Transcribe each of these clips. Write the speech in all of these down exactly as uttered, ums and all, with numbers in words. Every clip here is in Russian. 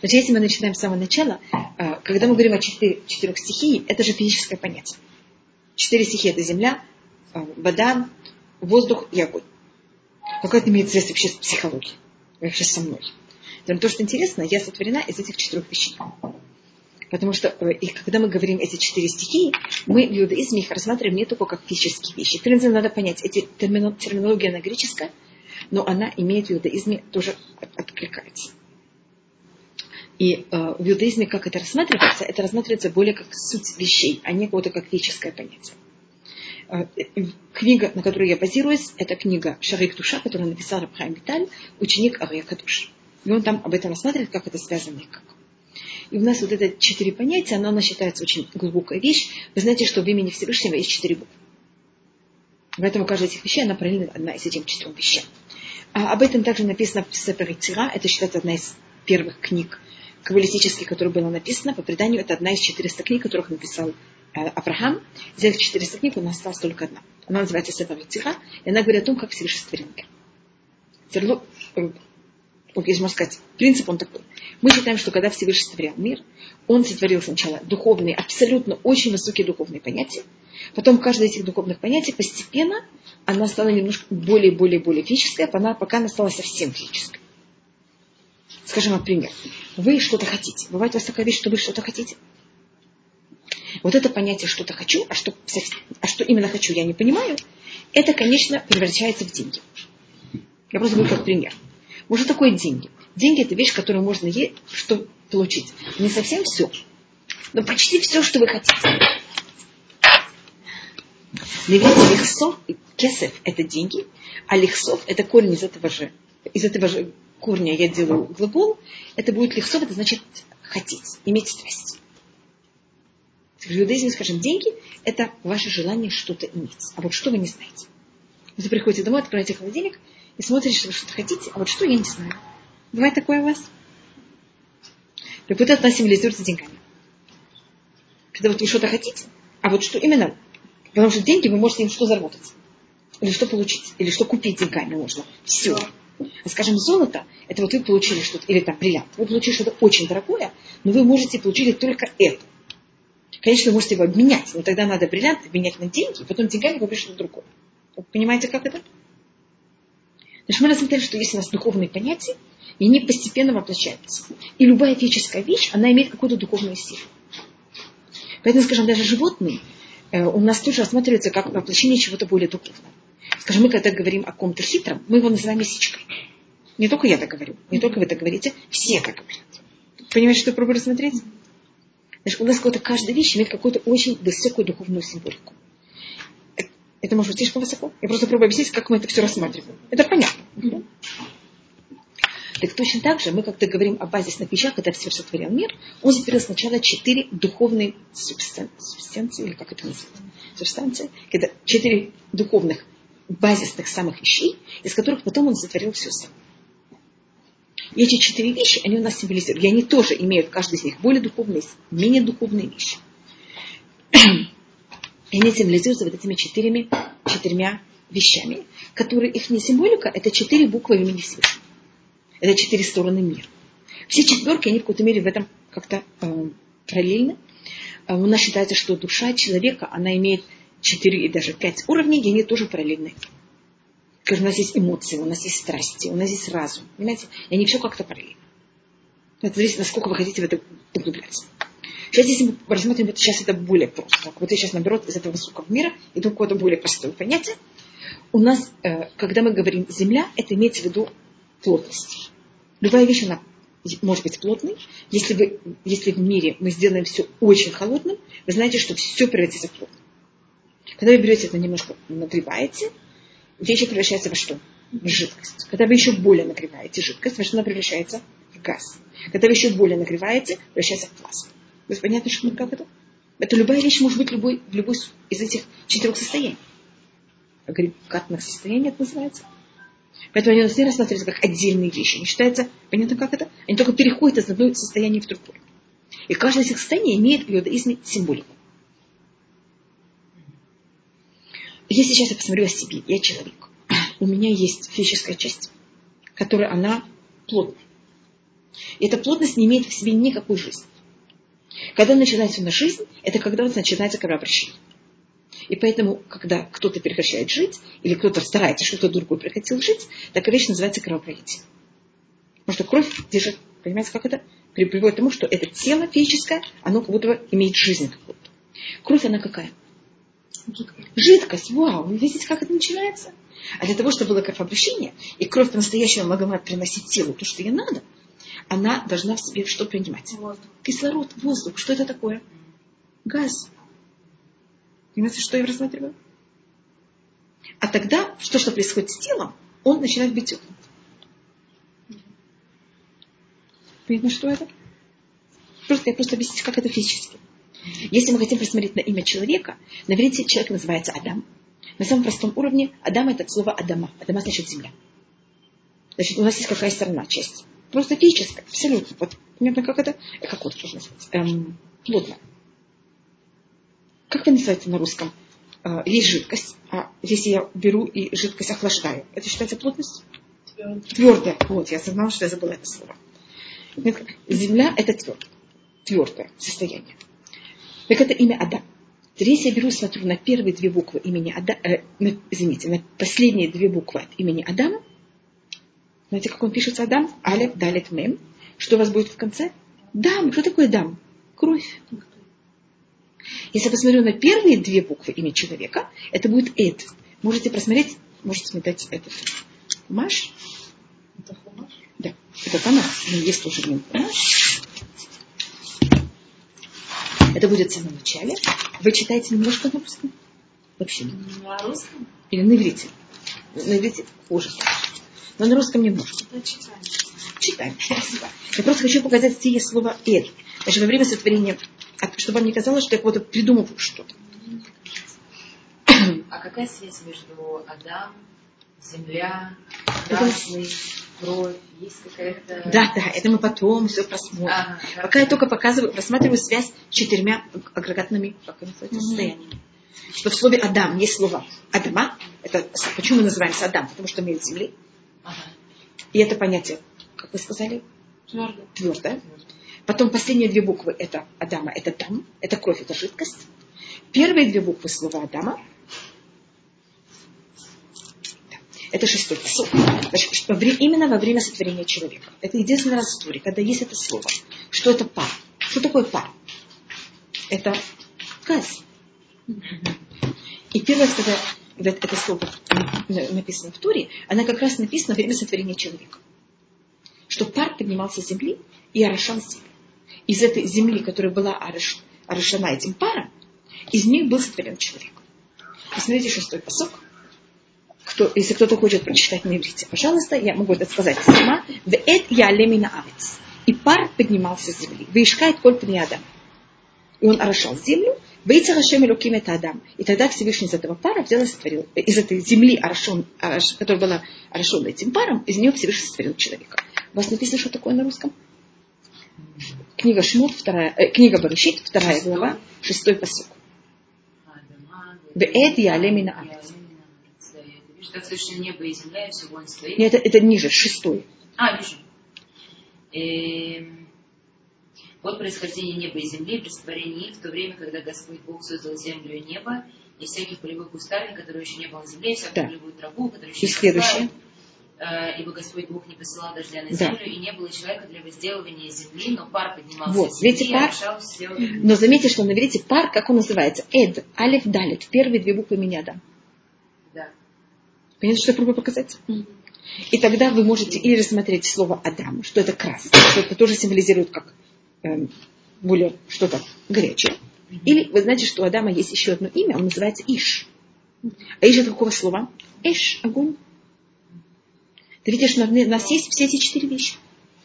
Значит, если мы начинаем с самого начала, когда мы говорим о четыре, четырех стихии, это же физическое понятие. Четыре стихии – это земля, вода, воздух и огонь. Какая это имеет связь вообще с психологией? Вообще со мной. Но то, что интересно, я сотворена из этих четырех вещей. Потому что, и когда мы говорим эти четыре стихии, мы в иудаизме их рассматриваем не только как физические вещи. В принципе, надо понять, эти термино, терминология она греческая, но она имеет в иудаизме тоже откликается. И э, в иудаизме, как это рассматривается, это рассматривается более как суть вещей, а не какое-то как физическое понятие. Э, книга, на которой я базируюсь, это книга Шарик Туша, которую написал Рав Хаим Виталь, ученик Ария Кадуш. И он там об этом рассматривает, как это связано и как. И у нас вот это четыре понятия, оно, оно считается очень глубокая вещь. Вы знаете, что в имени Всевышнего есть четыре буквы. Поэтому каждая из этих вещей, она параллельна одна из этих четырех вещей. А об этом также написано в Сефер Ицира. Это считается одна из первых книг каббалистических, которая была написана. По преданию, это одна из четырёхсот книг, которых написал э, Авраам. Из этих четырёхсот книг у нас осталась только одна. Она называется Сефер Ицира. И она говорит о том, как Всевышний сотворил мир. Вот, если можно сказать, принцип он такой. Мы считаем, что когда Всевышний сотворял мир, он сотворил сначала духовные, абсолютно очень высокие духовные понятия. Потом каждое из этих духовных понятий постепенно она стала немножко более, более, более физическая, пока она стала совсем физической. Скажем, например, вы что-то хотите. Бывает у вас такая вещь, что вы что-то хотите. Вот это понятие «что-то хочу», а что, а что именно хочу, я не понимаю, это, конечно, превращается в деньги. Я просто говорю как пример. Вот что такое деньги? Деньги – это вещь, которую можно есть, что получить. Не совсем все, но почти все, что вы хотите. Левите лихсов, кесев – это деньги, а лихсов – это корень из этого же, из этого же корня я делаю глагол. Это будет лихсов, это значит хотеть, иметь страсть. В иудаизме, скажем, деньги – это ваше желание что-то иметь. А вот что вы не знаете. Вы приходите домой, открываете холодильник и смотрите, что вы что-то хотите, а вот что я не знаю. Бывает такое у вас? Так вот это символизируется деньгами. Когда вот вы что-то хотите, а вот что именно, потому что деньги вы можете им что заработать, или что получить, или что купить деньгами можно. Все. А скажем, золото, это вот вы получили что-то, или там бриллиант, вы получили что-то очень дорогое, но вы можете получить только это. Конечно, вы можете его обменять, но тогда надо бриллиант обменять на деньги, и потом деньгами купить что-то другое. Вы понимаете, как это? Значит, мы рассмотрели, что есть у нас духовные понятия, и они постепенно воплощаются. И любая физическая вещь, она имеет какую-то духовную силу. Поэтому, скажем, даже животные э, у нас тоже рассматриваются как воплощение чего-то более духовного. Скажем, мы когда говорим о ком-то хитром, мы его называем лисичкой. Не только я так говорю, не только вы так говорите, все так говорят. Понимаете, что я пробую рассмотреть? Значит, у нас какая-то каждая вещь имеет какую-то очень высокую духовную символику. Это может быть слишком высоко. Я просто пробую объяснить, как мы это все рассматриваем. Это понятно. Mm-hmm. Так точно так же мы, когда говорим о базисных вещах, когда Всевышний сотворил мир, он сотворил сначала четыре духовные субстанции, или как это называется? Субстанции. Это четыре духовных базисных самых вещей, из которых потом он сотворил все сам. И эти четыре вещи, они у нас символизируют. И они тоже имеют, каждый из них, более духовные, менее духовные вещи. И они символизируются вот этими четырьмя, четырьмя вещами, которые, их не символика, это четыре буквы имени Всевышнего. Это четыре стороны мира. Все четверки, они в какой-то мере в этом как-то э, параллельны. Э, у нас считается, что душа человека, она имеет четыре и даже пять уровней, и они тоже параллельны. Скажем, у нас есть эмоции, у нас есть страсти, у нас есть разум. Понимаете? И они все как-то параллельны. Это зависит, насколько вы хотите в это углубляться. Сейчас, если мы рассмотрим, это, сейчас это более просто. Вот я сейчас, наоборот, из этого высокого мира иду в какое-то более простое понятие. У нас, э, когда мы говорим «земля», это имеется в виду плотность. Любая вещь, она может быть плотной. Если, вы, если в мире мы сделаем все очень холодным, вы знаете, что все превратится в плотное. Когда вы берете это немножко, нагреваете, вещь превращается во что? В жидкость. Когда вы еще более нагреваете жидкость, во что она превращается? В газ. Когда вы еще более нагреваете, превращается в плазму. То есть понятно, что как это? Это любая вещь может быть любой, в любой из этих четырех состояний. Агрегатных состояний это называется. Поэтому они у нас не рассматриваются как отдельные вещи. Они считаются, понятно, как это? Они только переходят из одного состояния в другое. И каждое из этих состояний имеет в иудаизме символику. Если сейчас я посмотрю о себе, я человек. У меня есть физическая часть, которая она плотная. И эта плотность не имеет в себе никакой жизни. Когда начинается у нас жизнь, это когда у нас начинается кровообращение. И поэтому, когда кто-то прекращает жить, или кто-то старается, чтобы кто-то другой прекратил жить, такая вещь называется кровопролитие. Потому что кровь держит, понимаете, как это? Приводит к тому, что это тело физическое, оно как будто бы имеет жизнь какую-то. Кровь, она какая? Жидкость. Жидкость, вау, вы видите, как это начинается? А для того, чтобы было кровообращение, и кровь по-настоящему могла приносить телу то, что ей надо, она должна в себе что принимать? Воздух. Кислород, воздух. Что это такое? Газ. Понимаете, что я рассматриваю? А тогда, что, что происходит с телом, он начинает быть теплым. Понятно, что это? Просто я просто объясню, как это физически. Если мы хотим посмотреть на имя человека, наверное, человек называется Адам. На самом простом уровне Адам это от слова Адама. Адама значит земля. Значит, у нас есть какая сторона, часть. Просто физическая, абсолютно. Вот, понятно, как это? Э, как вот можно сказать? Эм, плотно. Как это называется на русском? Э, есть жидкость, а если я беру и жидкость охлаждаю, это считается плотность? Твердая. Вот, я осознала, что я забыла это слово. Земля это твердое, твердое состояние. Так это имя Адам. Если я беру, смотрю на первые две буквы имени Адама, э, на, извините, на последние две буквы от имени Адама, знаете, как он пишется Адам? Алеф, Далет, Мем. Что у вас будет в конце? Дам. Что такое дам? Кровь. Если я посмотрю на первые две буквы имени человека, это будет Эд. Можете просмотреть, можете смотреть этот Маш. Это хумаш? Да, это Танах. Но есть тоже в нем Хумаш. Это будет в самом начале. Вы читаете немножко на русском? Вообще нет. На русском? Или на иврите? На иврите хуже. Но на русском немножко. Да, читаем. Читаем. Я просто хочу показать тебе слово «эд». Даже во время сотворения, чтобы вам не казалось, что я кого-то придумываю что-то. А какая связь между Адам, земля, красный, кровь? Есть какая-то... Да, да, это мы потом все просмотрим. Ага, Пока я только показываю, рассматриваю связь с четырьмя агрегатными, как они называются, состояниями. Что в слове Адам есть слово Адама. Это, почему мы называемся Адам? Потому что мы из земли. Ага. И это понятие, как вы сказали? Твердое. Твердое. Потом последние две буквы это Адама, это Дам, это кровь, это жидкость. Первые две буквы слова Адама это шестой посыл. Значит, именно во время сотворения человека. Это единственный раз в истории, когда есть это слово. Что это пар? Что такое пар? Это газ. И первое, когда, когда это слово написано в Торе, оно как раз написано во время сотворения человека. Что пар поднимался с земли и орошал землю. Из этой земли, которая была орош, орошена этим паром, из них был сотворен человек. Посмотрите шестой посок. Кто, если кто-то хочет прочитать на иврите, пожалуйста, я могу это сказать сама. «Вээт яалеми наавец». И пар поднимался с земли. «Вэишкает коль пней Адам». И он орошал землю. «Вэйцер Ашем элоким это Адам». И тогда Всевышний из этого пара взял и сотворил, из этой земли, орошен, орош, которая была орошена этим паром, из нее Всевышний сотворил человека. У вас написано, что такое на русском? Книга Шмот, вторая, э, книга Баришит, вторая глава, шестой посок. «Вээт яалеми наавец». Как совершенно небо и земля, и все воинство. Нет, это, это ниже, шестой. А, вижу. Эм, вот происхождение неба и земли при сотворении их, в то время, когда Господь Бог создал землю и небо, и всяких полевых кустарей, которые еще не было на земле, и всякую да. полевую траву, которая еще и не следующее. Э, ибо Господь Бог не посылал дождя на да. землю, и не было человека для возделывания земли, но пар поднимался вот, с земли, видите, пар, решал все... Но заметьте, что на иврите пар, как он называется? Эд, алеф, далет, первые две буквы меня, да. Да. Понимаете, что я пробую показать? Mm-hmm. И тогда вы можете или рассмотреть слово Адам, что это красное, что это тоже символизирует как э, более что-то горячее. Mm-hmm. Или вы знаете, что у Адама есть еще одно имя, он называется Иш. Mm-hmm. А Иш это какого слова? Эш, огонь. Ты видишь, что у нас есть все эти четыре вещи.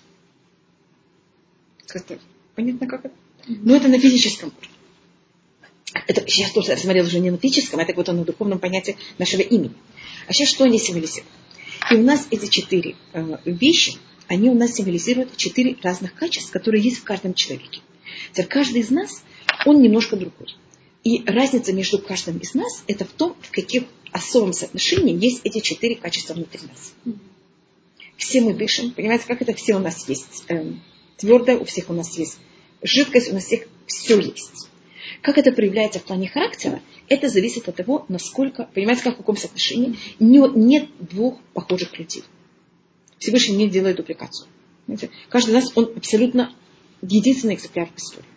Как-то понятно, как это? Mm-hmm. Но это на физическом уровне. Это сейчас тоже рассмотрел уже не на физическом, а так вот на духовном понятии нашего имени. А сейчас что они символизируют? И у нас эти четыре э, вещи, они у нас символизируют четыре разных качества, которые есть в каждом человеке. Теперь каждый из нас, он немножко другой. И разница между каждым из нас, это в том, в каких особом соотношении есть эти четыре качества внутри нас. все мы дышим, понимаете, как это все у нас есть. Эм, твердое, у всех у нас есть жидкость, у нас всех все есть. Как это проявляется в плане характера, это зависит от того, насколько, понимаете, как в каком соотношении. Не, нет двух похожих людей. Всевышний не делает дупликацию. Понимаете? Каждый из нас, он абсолютно единственный экземпляр в истории.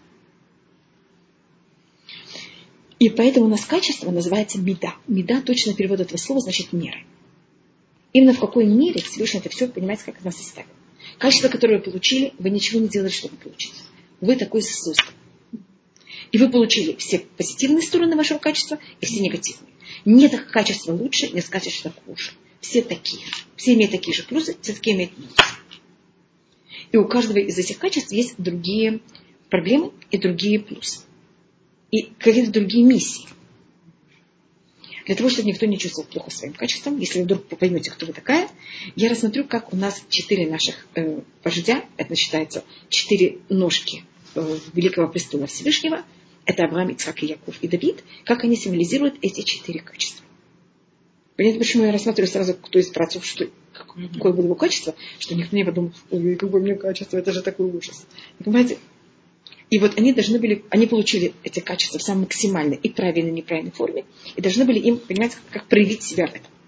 И поэтому у нас качество называется меда. Меда, точно перевод этого слова, значит мера. Именно в какой мере Всевышний это все, понимаете, как нас составил. Качество, которое вы получили, вы ничего не делали, чтобы получить. Вы такой создан. И вы получили все позитивные стороны вашего качества и все негативные. Нет качества лучше, нет качества хуже. Все такие же. Все имеют такие же плюсы, все такие имеют минусы. И у каждого из этих качеств есть другие проблемы и другие плюсы. И какие-то другие миссии. Для того, чтобы никто не чувствовал плохо своим качеством, если вы вдруг поймете, кто вы такая, я рассмотрю, как у нас четыре наших э, вождя, это считается четыре ножки э, Великого престола Всевышнего, это Авраам, Ицхак, Яков и Давид, как они символизируют эти четыре качества. Понятно, почему я рассматриваю сразу, кто из працов, что, какое было его качество, что никто не подумал, ой, какое у меня качество, это же такой ужас. Понимаете? И вот они должны были, они получили эти качества в самой максимальной и правильной, и неправильной форме, и должны были им, понимаете, как, как проявить себя в этом.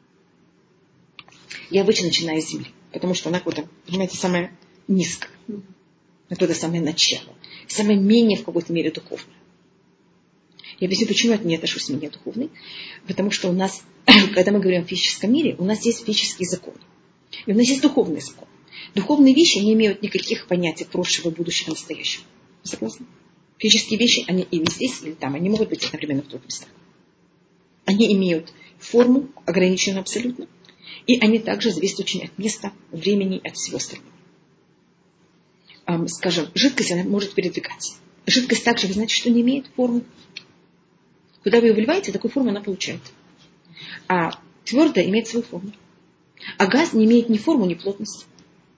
Я обычно начинаю с земли, потому что она какая-то, понимаете, самая низкая. Это самое начало. Самое менее в какой-то мере духовное. Я объясню, почему я не отношусь к менее духовной. Потому что у нас, когда мы говорим о физическом мире, у нас есть физический закон. И у нас есть духовный закон. Духовные вещи не имеют никаких понятий прошлого, будущего, настоящего. Согласны? Физические вещи, они или здесь, или там. Они могут быть одновременно в двух местах. Они имеют форму, ограниченную абсолютно. И они также зависят очень от места, времени и от всего остального. Эм, скажем, жидкость, она может передвигаться. Жидкость также, вы знаете, что не имеет формы. Куда вы ее вливаете, такую форму она получает. А твердое имеет свою форму. А газ не имеет ни формы, ни плотности.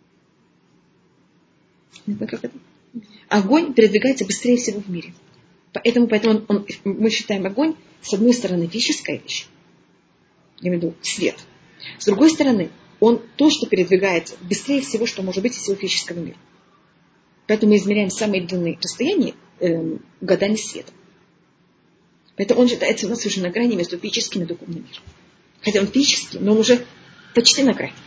Как это? Огонь передвигается быстрее всего в мире. Поэтому, поэтому он, он, мы считаем огонь, с одной стороны, физическая вещь. Я имею в виду свет. С другой стороны, он то, что передвигается быстрее всего, что может быть из всего физического мира. Поэтому мы измеряем самые длинные расстояния э, годами света. Поэтому он считается у нас уже на грани между физическим и духовным миром. Хотя он физический, но он уже почти на грани.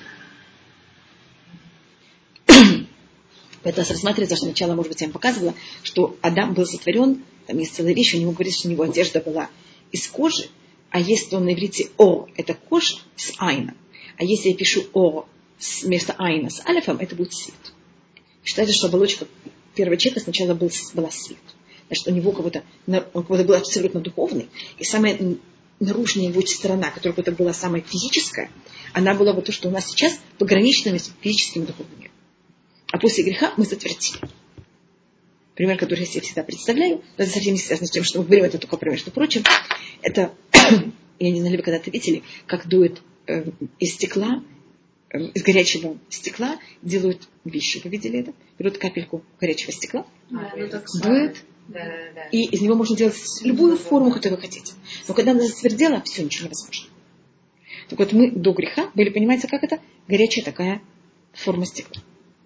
Поэтому рассматривается, что сначала, может быть, я вам показывала, что Адам был сотворен, там есть целая вещь, у него говорится, что у него одежда была из кожи, а если он на иврите О, это кожа с айном, а если я пишу О вместо айна с алифом, это будет свет. Считается, что оболочка первого человека сначала был, была свет. Значит, у него как-то, он как-то был абсолютно духовный, и самая наружная его сторона, которая как-то была самая физическая, она была вот то, что у нас сейчас пограничена между физическим и духовным миром. А после греха мы затвердили. Пример, который я себе всегда представляю, но это совсем не связано с тем, что мы говорим, это только пример. Между прочим, это, я не знаю, вы когда-то видели, как дует э, из стекла, э, из горячего стекла делают вещи. Вы видели это? Берут капельку горячего стекла, а, ну, дует, да, да, да. И из него можно делать любую форму, которую вы хотите. Но когда она затвердела, все, ничего невозможно. Так вот, мы до греха были, понимаете, как это? Горячая такая форма стекла.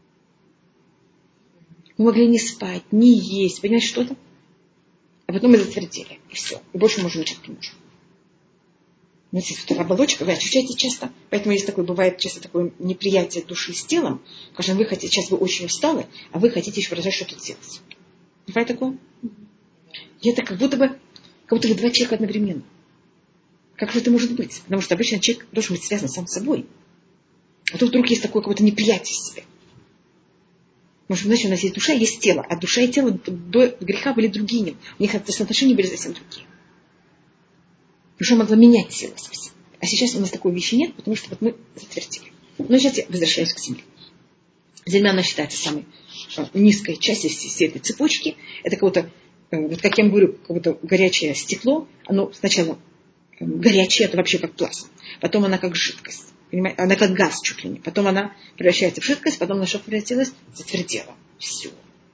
Мы могли не спать, не есть, понимаете, что-то. А потом мы затвердили, и все. И больше мы уже ничего не можем. Знаете, вот оболочка, вы ощущаете часто. Поэтому есть такое, бывает часто такое неприятие души с телом. Скажем, вы хотите, сейчас вы очень усталы, а вы хотите еще продолжать что-то делать. Бывает такое? И это как будто бы, как будто бы два человека одновременно. Как же это может быть? Потому что обычно человек должен быть связан сам с собой. А тут вдруг есть такое какое-то неприятие себе. Потому что, значит, у нас есть душа, есть тело. А душа и тело до греха были другими. У них отношения были совсем другие. Душа могла менять тело совсем. А сейчас у нас такой вещи нет, потому что вот мы затвердили. Но сейчас я возвращаюсь к земле. Земля, она считается самой низкой частью всей этой цепочки. Это как-то, вот как я вам говорю, как будто горячее стекло. Оно сначала горячее, это вообще как плазма. Потом она как жидкость. Понимаете? Она как газ чуть ли не. Потом она превращается в жидкость, потом на что превратилась? Затвердела. Все.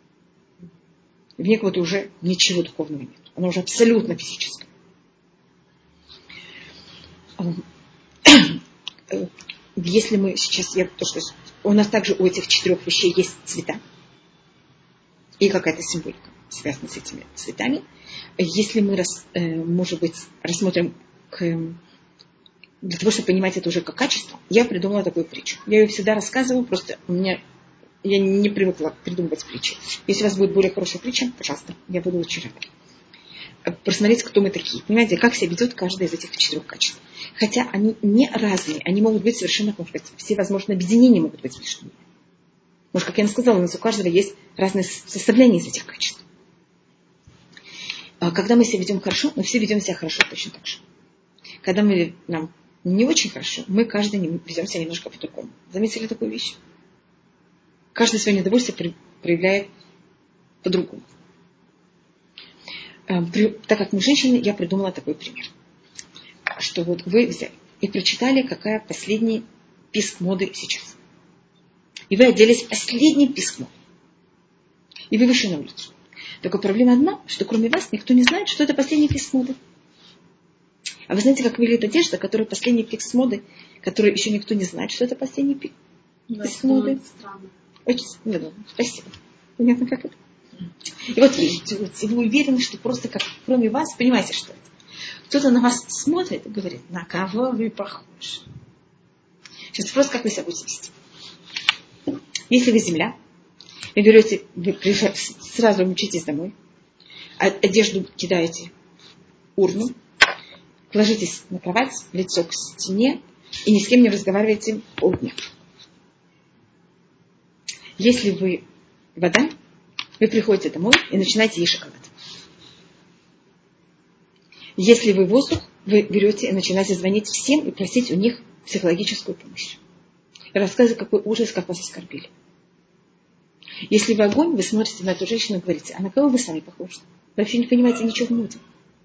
В ней как-то уже ничего духовного нет. Она уже абсолютно физическая. если мы сейчас, я, то, что у нас также у этих четырех вещей есть цвета и какая-то символика, связанная с этими цветами. Если мы, рас, э, может быть, рассмотрим к, для того, чтобы понимать это уже как качество, я придумала такую притчу. Я ее всегда рассказываю, просто у меня я не привыкла придумывать притчи. Если у вас будет более хорошая притча, пожалуйста, я буду очень рада. Посмотреть, кто мы такие. Понимаете, как себя ведет каждое из этих четырех качеств. Хотя они не разные, они могут быть совершенно, может быть, все возможные объединения могут быть между ними. Может, как я вам сказала, у нас у каждого есть разные составляния из этих качеств. Когда мы себя ведем хорошо, мы все ведем себя хорошо точно так же. Когда мы нам не очень хорошо, мы каждый ведем себя немножко по-другому. Заметили такую вещь? Каждый свое недовольствие проявляет по-другому. Так как мы женщины, я придумала такой пример. Что вот вы взяли и прочитали, какая последний писк моды сейчас. И вы оделись в последний писк моды. И вы вышли на улицу. Только проблема одна, что кроме вас никто не знает, что это последний писк моды. А вы знаете, как выглядит одежда, которая последний писк моды, которую еще никто не знает, что это последний писк да, моды? Очень ну, спасибо. Понятно, как это? И вот видите, вот, вы уверены, что просто как кроме вас, понимаете, что это? Кто-то на вас смотрит и говорит, на кого вы похожи? Сейчас вопрос, как вы себя будете вести. Если вы земля, вы берете, вы сразу мчитесь домой, одежду кидаете в урну, ложитесь на кровать, лицо к стене и ни с кем не разговариваете полдня. Если вы вода, вы приходите домой и начинаете есть шоколад. Если вы воздух, вы берете и начинаете звонить всем и просить у них психологическую помощь. И рассказывать, какой ужас, как вас оскорбили. Если вы огонь, вы смотрите на эту женщину и говорите, а на кого вы сами похожи? Вы вообще не понимаете ничего в моде.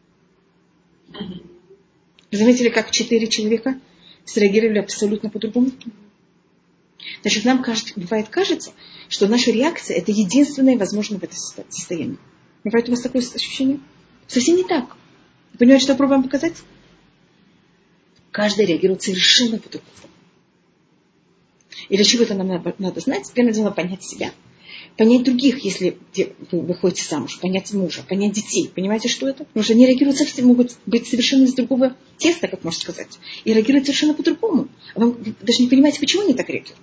Вы заметили, как четыре человека среагировали абсолютно по-другому? Значит, нам кажется, бывает кажется, что наша реакция – это единственное возможное в этом состоянии. Бывает у вас такое ощущение? Совсем не так. Вы понимаете, что я пробую вам показать? Каждый реагирует совершенно по-другому. И для чего это нам надо, надо знать? Первое дело – понять себя. Понять других, если вы выходите замуж. Понять мужа, понять детей. Понимаете, что это? Потому что они реагируют совсем, могут быть совершенно из другого теста, как можно сказать. И реагируют совершенно по-другому. А вы даже не понимаете, почему они так реагируют.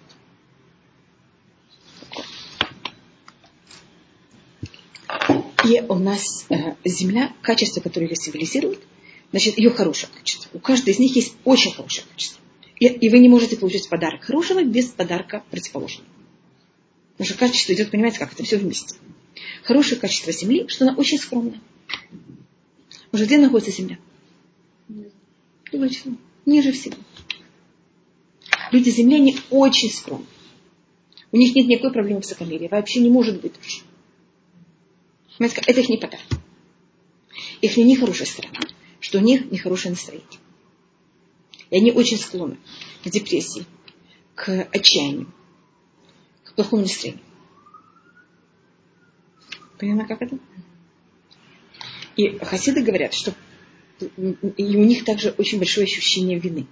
И у нас э, земля, качество, которое ее символизирует, значит, ее хорошее качество. У каждой из них есть очень хорошее качество. И, и вы не можете получить подарок хорошего без подарка противоположного. Потому что качество идет, понимаете, как это все вместе. Хорошее качество земли, что она очень скромная. Уже где находится земля? Думаете, ниже всего. Люди земли, они очень скромны. У них нет никакой проблемы в высокомерии. Вообще не может быть даже. Это их не подарок. Их не хорошая сторона, что у них нехорошее настроение. И они очень склонны к депрессии, к отчаянию, к плохому настроению. Понятно, как это? И хасиды говорят, что и у них также очень большое ощущение вины.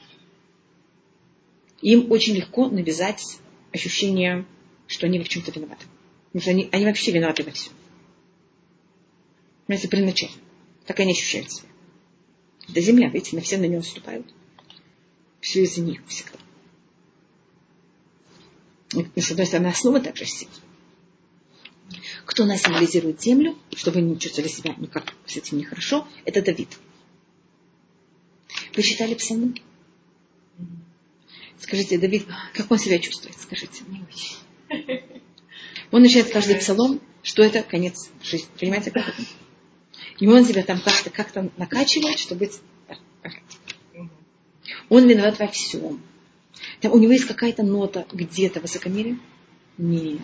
Им очень легко навязать ощущение, что они в чем-то виноваты. Потому что они, они вообще виноваты во всем. Понимаете, при начале. Так они ощущают себя. Это земля, видите, на все на нее наступают. Все из-за них всегда. И, с одной стороны, основа также сильна. Кто нас символизирует землю, чтобы вы не чувствовали себя никак с этим нехорошо, это Давид. Вы читали псалмы? Скажите, Давид, как он себя чувствует? Скажите. Не очень. Он начинает каждый псалом, что это конец жизни. Понимаете, как это? И он себя там как-то, как-то накачивает, чтобы быть... Он виноват во всем. Там у него есть какая-то нота где-то высокомерия? Нет.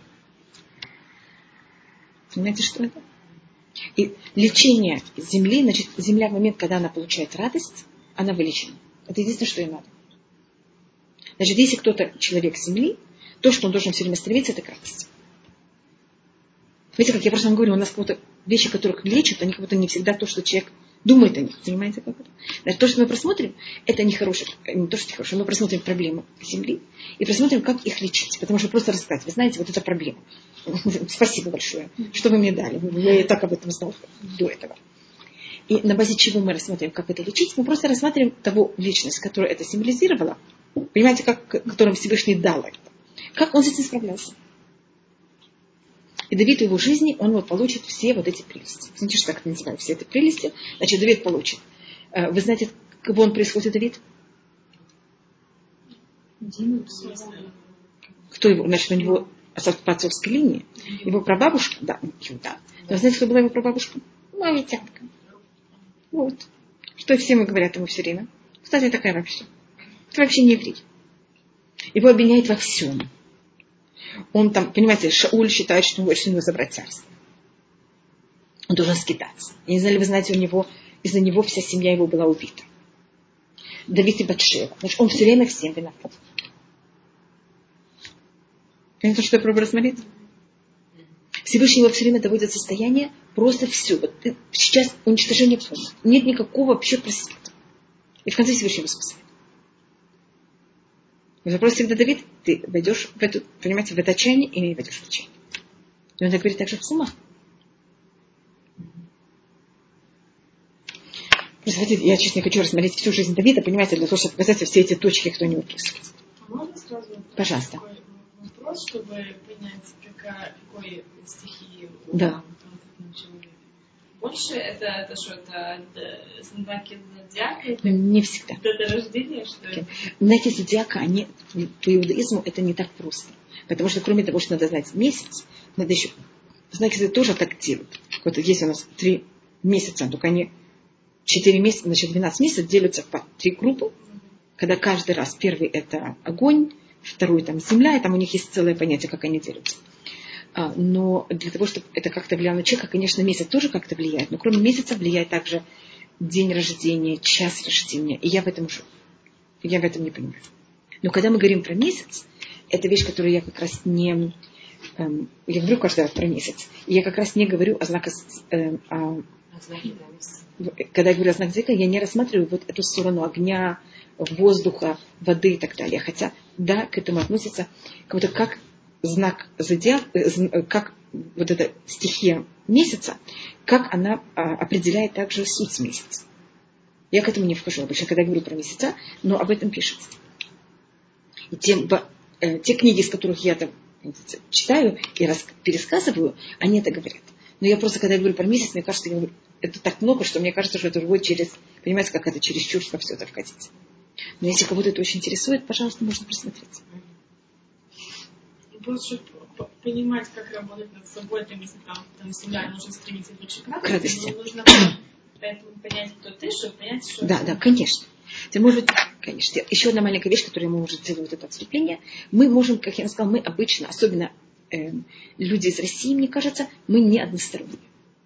Понимаете, что это? И лечение земли, значит, земля в момент, когда она получает радость, она вылечена. Это единственное, что ей надо. Значит, если кто-то человек земли, то, что он должен все время стремиться, это к радости. Видите, как я просто вам говорю, у нас какие-то вещи, которых лечат, они как будто не всегда то, что человек думает о них. Понимаете, как это? Значит, то, что мы просмотрим, это не хорошее, не то, что не хорошее. Мы просмотрим проблемы Земли и просмотрим, как их лечить. Потому что просто рассказать, вы знаете, вот это проблема. Спасибо большое, что вы мне дали. Я и так об этом знал до этого. И на базе чего мы рассмотрим, как это лечить, мы просто рассматриваем того личность, которая это символизировала, понимаете, как, которым Всевышний дал это. Как он с этим справлялся. И Давид в его жизни, он вот получит все вот эти прелести. Знаете, что так это называют, все эти прелести? Значит, Давид получит. Вы знаете, кого он происходит, Давид? Кто его? Значит, у него по отцовской линии. Его прабабушка, да, Юда. Но знаете, кто была его прабабушка? Моавитянка. Вот. Что все мы говорят ему все время. Кстати, такая вообще. Это вообще не еврей. Его обвиняют во всем. Он там, понимаете, Шауль считает, что он хочет у него забрать царство. Он должен скитаться. Я не знаю, ли вы знаете, у него, из-за него вся семья его была убита. Давид и Батшева. Значит, он все время всем виноват. Понимаете, что я пробую рассмотреть? Всевышний его все время доводит в состояние просто все. Вот сейчас уничтожение полное. Нет никакого вообще просвета. И в конце Всевышний его спасает. Вопрос всегда, Давид, ты войдешь в эту, понимаете, в это отчаяние или не войдешь в отчаяние. И он так говорит также в Псалмах. Я, честно, не хочу рассмотреть всю жизнь Давида, понимаете, для того, чтобы показать все эти точки, кто у него происходит. А можно сразу Пожалуйста. такой вопрос, чтобы понять, какая, какой стихии у да. человека? Больше это, это что, это знаки зодиака? Не всегда. Это рождение, что ли? Знаки зодиака, они по иудаизму это не так просто. Потому что кроме того, что надо знать месяц, надо еще... Знаки зодиака тоже так делают. Вот есть у нас три месяца, только они четыре месяца, значит двенадцать месяцев делятся по три группы, когда каждый раз первый это огонь, второй там земля, и там у них есть целое понятие, как они делятся. Но для того, чтобы это как-то влияло на человека, конечно, месяц тоже как-то влияет. Но кроме месяца влияет также день рождения, час рождения. И я в этом уже, я в этом не понимаю. Но когда мы говорим про месяц, это вещь, которую я как раз не... Эм, я говорю каждый раз про месяц. И я как раз не говорю о знаках... Э, о, когда я говорю о знаках зодиака, я не рассматриваю вот эту сторону огня, воздуха, воды и так далее. Хотя, да, к этому относится как будто как знак зодиака, как вот эта стихия месяца, как она а, определяет также суть месяца. Я к этому не вхожу обычно, когда я говорю про месяца, но об этом пишется. И те, э, те книги, из которых я там читаю и рас, пересказываю, они это говорят. Но я просто, когда я говорю про месяц, мне кажется, я говорю, это так много, что мне кажется, что это будет через, понимаете, как это чересчур, во все это вкатить. Но если кого-то это очень интересует, пожалуйста, можно просмотреть. Просто чтобы понимать, как работать над собой, там, если там, там семья нужно стремиться лучше к радости, к радости. Нужно поэтому понять, кто ты, чтобы понять, что... Да, да, конечно. Это может быть, конечно. Еще одна маленькая вещь, которую мы уже сделали, вот это отступление. Мы можем, как я сказала, мы обычно, особенно э, люди из России, мне кажется, мы не односторонние.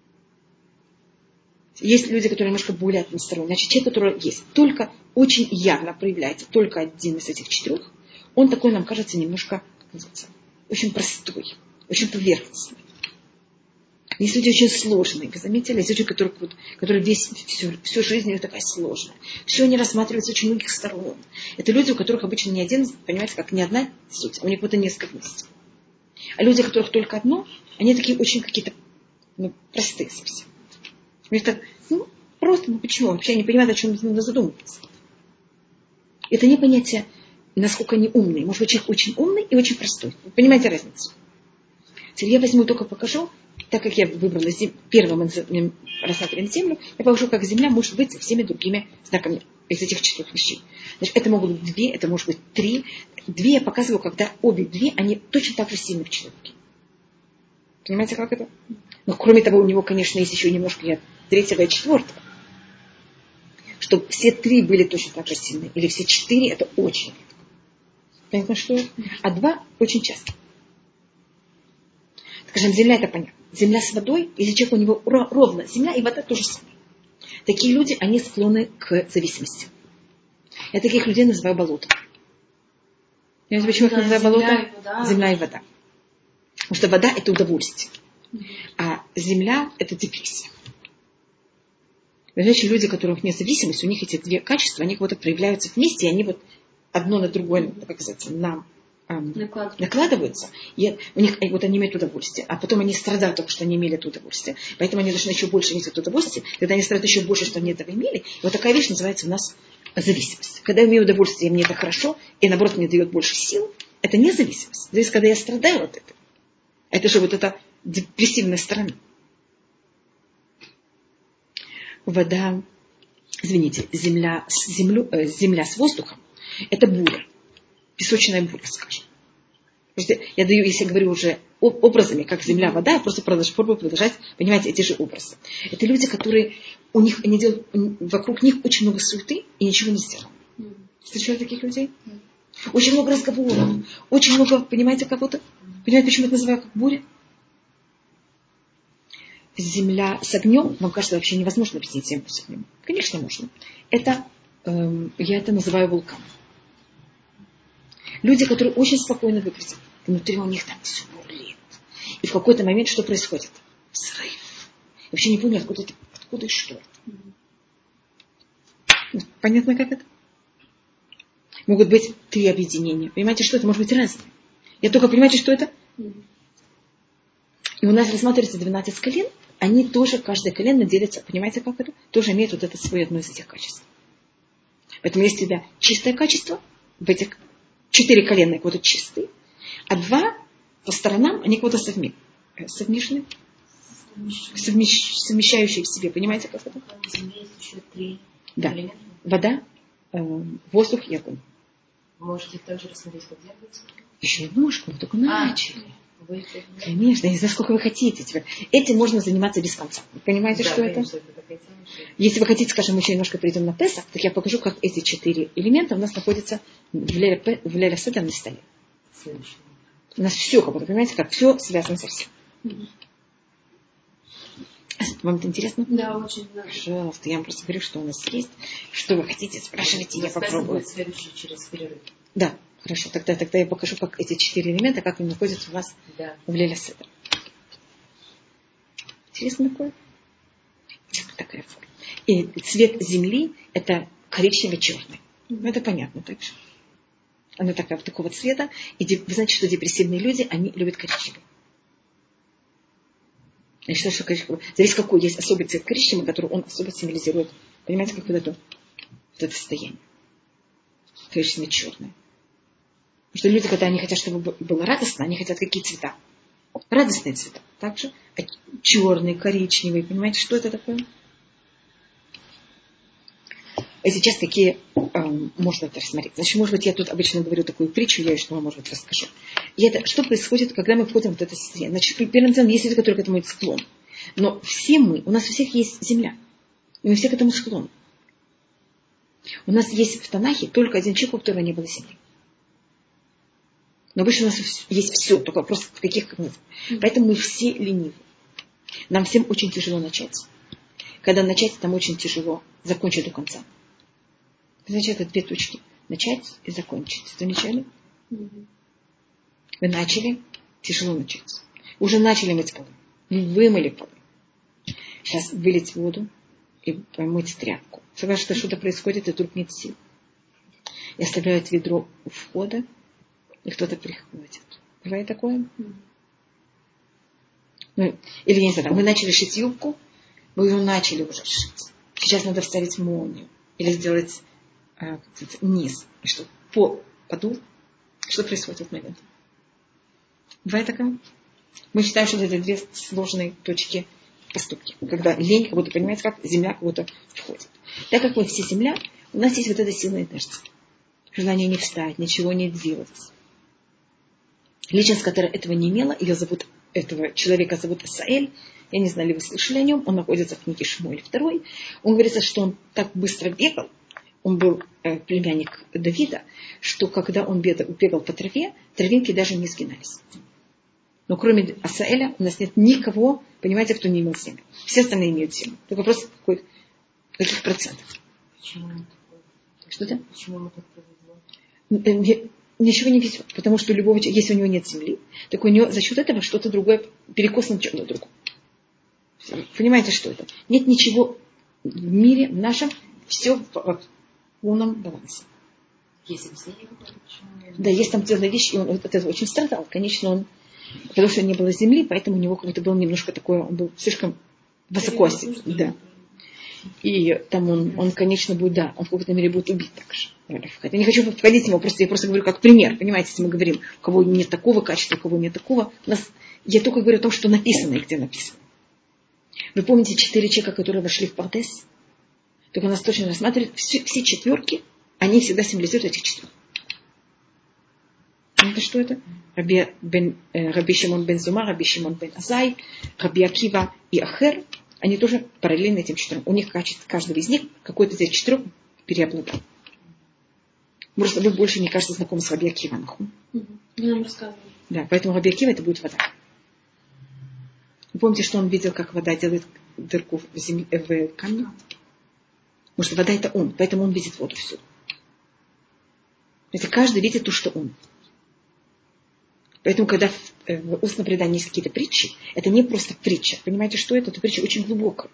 Есть люди, которые немножко более односторонние. Значит, человек, который есть, только очень явно проявляется, только один из этих четырех, он такой, нам кажется, немножко, как называется, очень простой, очень поверхностный. Есть люди очень сложные. Вы заметили? Есть люди, которые, которые весь, всю, всю жизнь у них такая сложная. Все они рассматривают с очень многих сторон. Это люди, у которых обычно не один, понимаете, как не одна суть, а у них вот несколько вместе. А люди, у которых только одно, они такие очень какие-то ну, простые совсем. У них так, ну, просто, ну почему? Вообще не понимают, о чем надо задумываться. Это не понятие, насколько они умные. Может быть, человек очень умный и очень простой. Вы понимаете разницу? Теперь я возьму, только покажу, так как я выбрала зем... первым мы рассматриваем землю, я покажу, как земля может быть со всеми другими знаками из этих четырех вещей. Значит, это могут быть две, это может быть три. Две я показываю, когда обе две, они точно так же сильны в человеке. Понимаете, как это? Но кроме того, у него, конечно, есть еще немножко нет третьего и четвертого. Чтобы все три были точно так же сильны. Или все четыре, это очень редко. Понятно, что? А два очень часто. Скажем, земля это понятно. Земля с водой, если человек у него ровно, земля и вода тоже самое. Такие люди, они склонны к зависимости. Я таких людей называю болотом. Понимаете, почему я их называю болотом? Земля и вода. Потому что вода это удовольствие. А земля это депрессия. Значит, люди, у которых нет зависимости, у них эти две качества, они как будто проявляются вместе, и они вот одно на другое, как сказать, нам эм, накладываются. накладываются. И у них вот они имеют удовольствие, а потом они страдают только, что они имели это удовольствие. Поэтому они должны еще больше иметь это удовольствие, когда они страдают еще больше, что они этого имели. И вот такая вещь называется у нас зависимость. Когда я имею удовольствие, и мне это хорошо, и наоборот мне дает больше сил, это не зависимость. Зависимость, когда я страдаю от этого. Это же вот эта депрессивная сторона. Вода, извините, земля с, землю, э, земля с воздухом – это буря, песочная буря, скажем. Я даю, если я говорю уже образами, как земля, вода, я просто пробую продолжать, понимаете, эти же образы. Это люди, которые, у них, они делают, вокруг них очень много суеты и ничего не сделано. Встречали таких людей? Очень много разговоров, очень много, понимаете, как вот, понимаете, почему это называют как буря? Земля с огнем, вам кажется, вообще невозможно объяснить землю с огнем. Конечно, можно. Это, эм, я это называю вулканом. Люди, которые очень спокойно выглядят, внутри у них там все бурлит. И в какой-то момент что происходит? Взрыв. Я вообще не помню, откуда это, откуда и что это. Понятно, как это? Могут быть три объединения. Понимаете, что это? Может быть разное. Я только понимаете, что это? И у нас рассматривается двенадцать колен. Они тоже, каждое колено делится, понимаете, как это? Тоже имеет вот это свое одно из этих качеств. Поэтому есть у тебя чистое качество, в этих четыре колена как будто чистые, а два по сторонам, они как будто совми... совмещены, совмещ... совмещающие в себе, понимаете, как это? В земле есть еще три да. элемента. Вода, э, воздух и огонь. Можете также рассмотреть, как землю? Еще немножко, мы только начали. А. Конечно, я не знаю, сколько вы хотите теперь. Этим можно заниматься без конца. Вы понимаете, да, что конечно, это? это Если вы хотите, скажем, мы еще немножко перейдем на Песах, так я покажу, как эти четыре элемента у нас находятся в Леля Седер на столе. Следующий. У нас все, как будто, понимаете, как все связано со всем. Mm-hmm. Вам это интересно? Да, очень. Да. Пожалуйста, я вам просто говорю, что у нас есть. Что вы хотите, спрашивайте, я попробую. Следующий через перерыв. Да. Хорошо, тогда, тогда я покажу, как эти четыре элемента, как они находятся у нас да. в Леля Седер. Интересно такое? Такая форма. И цвет земли – это коричнево-черный. Ну, это понятно также. Она такая, такого цвета. И вы знаете, что депрессивные люди, они любят коричневый. Я считаю, что коричневый. Зависит, какой есть особый цвет коричневый, который он особо символизирует. Понимаете, как вот это, вот это состояние. Коричнево-черное. Потому что люди, когда они хотят, чтобы было радостно, они хотят какие цвета? Радостные цвета. Также черный, коричневый. Понимаете, что это такое? И сейчас какие э, можно это рассмотреть. Значит, может быть, я тут обычно говорю такую притчу, я ее что, может быть, расскажу. И это, что происходит, когда мы входим в вот это состояние? Значит, первым делом, есть люди, которые к этому имеют склон. Но все мы, у нас у всех есть земля. И мы все к этому склонны. У нас есть в Танахе только один человек, у которого не было земли. Но обычно у нас есть все, только вопрос в каких как Поэтому мы все ленивы. Нам всем очень тяжело начать. Когда начать, там очень тяжело закончить до конца. Значит, это две точки. Начать и закончить. Замечали? Mm-hmm. Вы начали, тяжело начать. Уже начали мыть полы. Вымыли полы. Сейчас вылить воду и помыть тряпку. Согласны, что что-то происходит, и вдруг нет сил. И оставляют ведро у входа, и кто-то приходит. Бывает такое? Mm-hmm. Ну, или не знаю, мы начали шить юбку, мы ее начали уже шить. Сейчас надо вставить молнию. Или сделать а, как сказать, низ. И что? Пол подул. Что происходит в этот момент? Бывает такое? Мы считаем, что это две сложные точки поступки. Когда лень, как будто, понимаете, как земля как будто входит. Так как мы все земля, у нас есть вот эта сильная инерция. Желание не встать, ничего не делать. Личность, которая этого не имела, ее зовут, этого человека зовут Исаэль. Я не знаю, ли вы слышали о нем. Он находится в книге Шмуэль второй. Он говорится, что он так быстро бегал. Он был э, племянник Давида, что когда он бегал по траве, травинки даже не сгинались. Но кроме Асаэля у нас нет никого, понимаете, кто не имел семя. Все остальные имеют семя. Только вопрос какой, каких процентов. Почему? Что-то? Почему ему так повезло? Ничего не везет. Потому что у любого, если у него нет земли, так у него за счет этого что-то другое, перекос на чем-то другое. Понимаете, что это? Нет ничего в мире, в нашем, все в, в полном балансе. Есть объяснение какое-то? Да, есть там целая вещь, и он вот это очень страдал. Конечно, он, потому что не было земли, поэтому у него как-то было немножко такое, он был слишком высоко. Да. И там он, он, конечно, будет, да, он в какой-то мере будет убит так же. Я не хочу входить в него, просто, я просто говорю как пример. Понимаете, если мы говорим, у кого нет такого качества, у кого нет такого, у нас, я только говорю о том, что написано и где написано. Вы помните четыре человека, которые вошли в Пардес? Только у нас точно рассматривают все, все четверки, они всегда символизируют этих четверок. Знаете, что это? Раби, бен, э, Раби Шимон бен Зума, Раби Шимон бен Азай, Раби Акива и Ахер. Они тоже параллельны этим четырем. У них качество каждого из них какой-то из этих четырех переобладал. Может, вы больше, мне кажется, знакомы с Раби Акива. Угу. Нам рассказывали. Да, поэтому Раби Акива это будет вода. Вы помните, что он видел, как вода делает дырку в, земле, в камне? Потому что вода это он, поэтому он видит воду всюду. Знаете, каждый видит то, что он. Поэтому, когда в, э, в устном предании есть какие-то притчи, это не просто притча. Понимаете, что это? Это притча очень глубокая.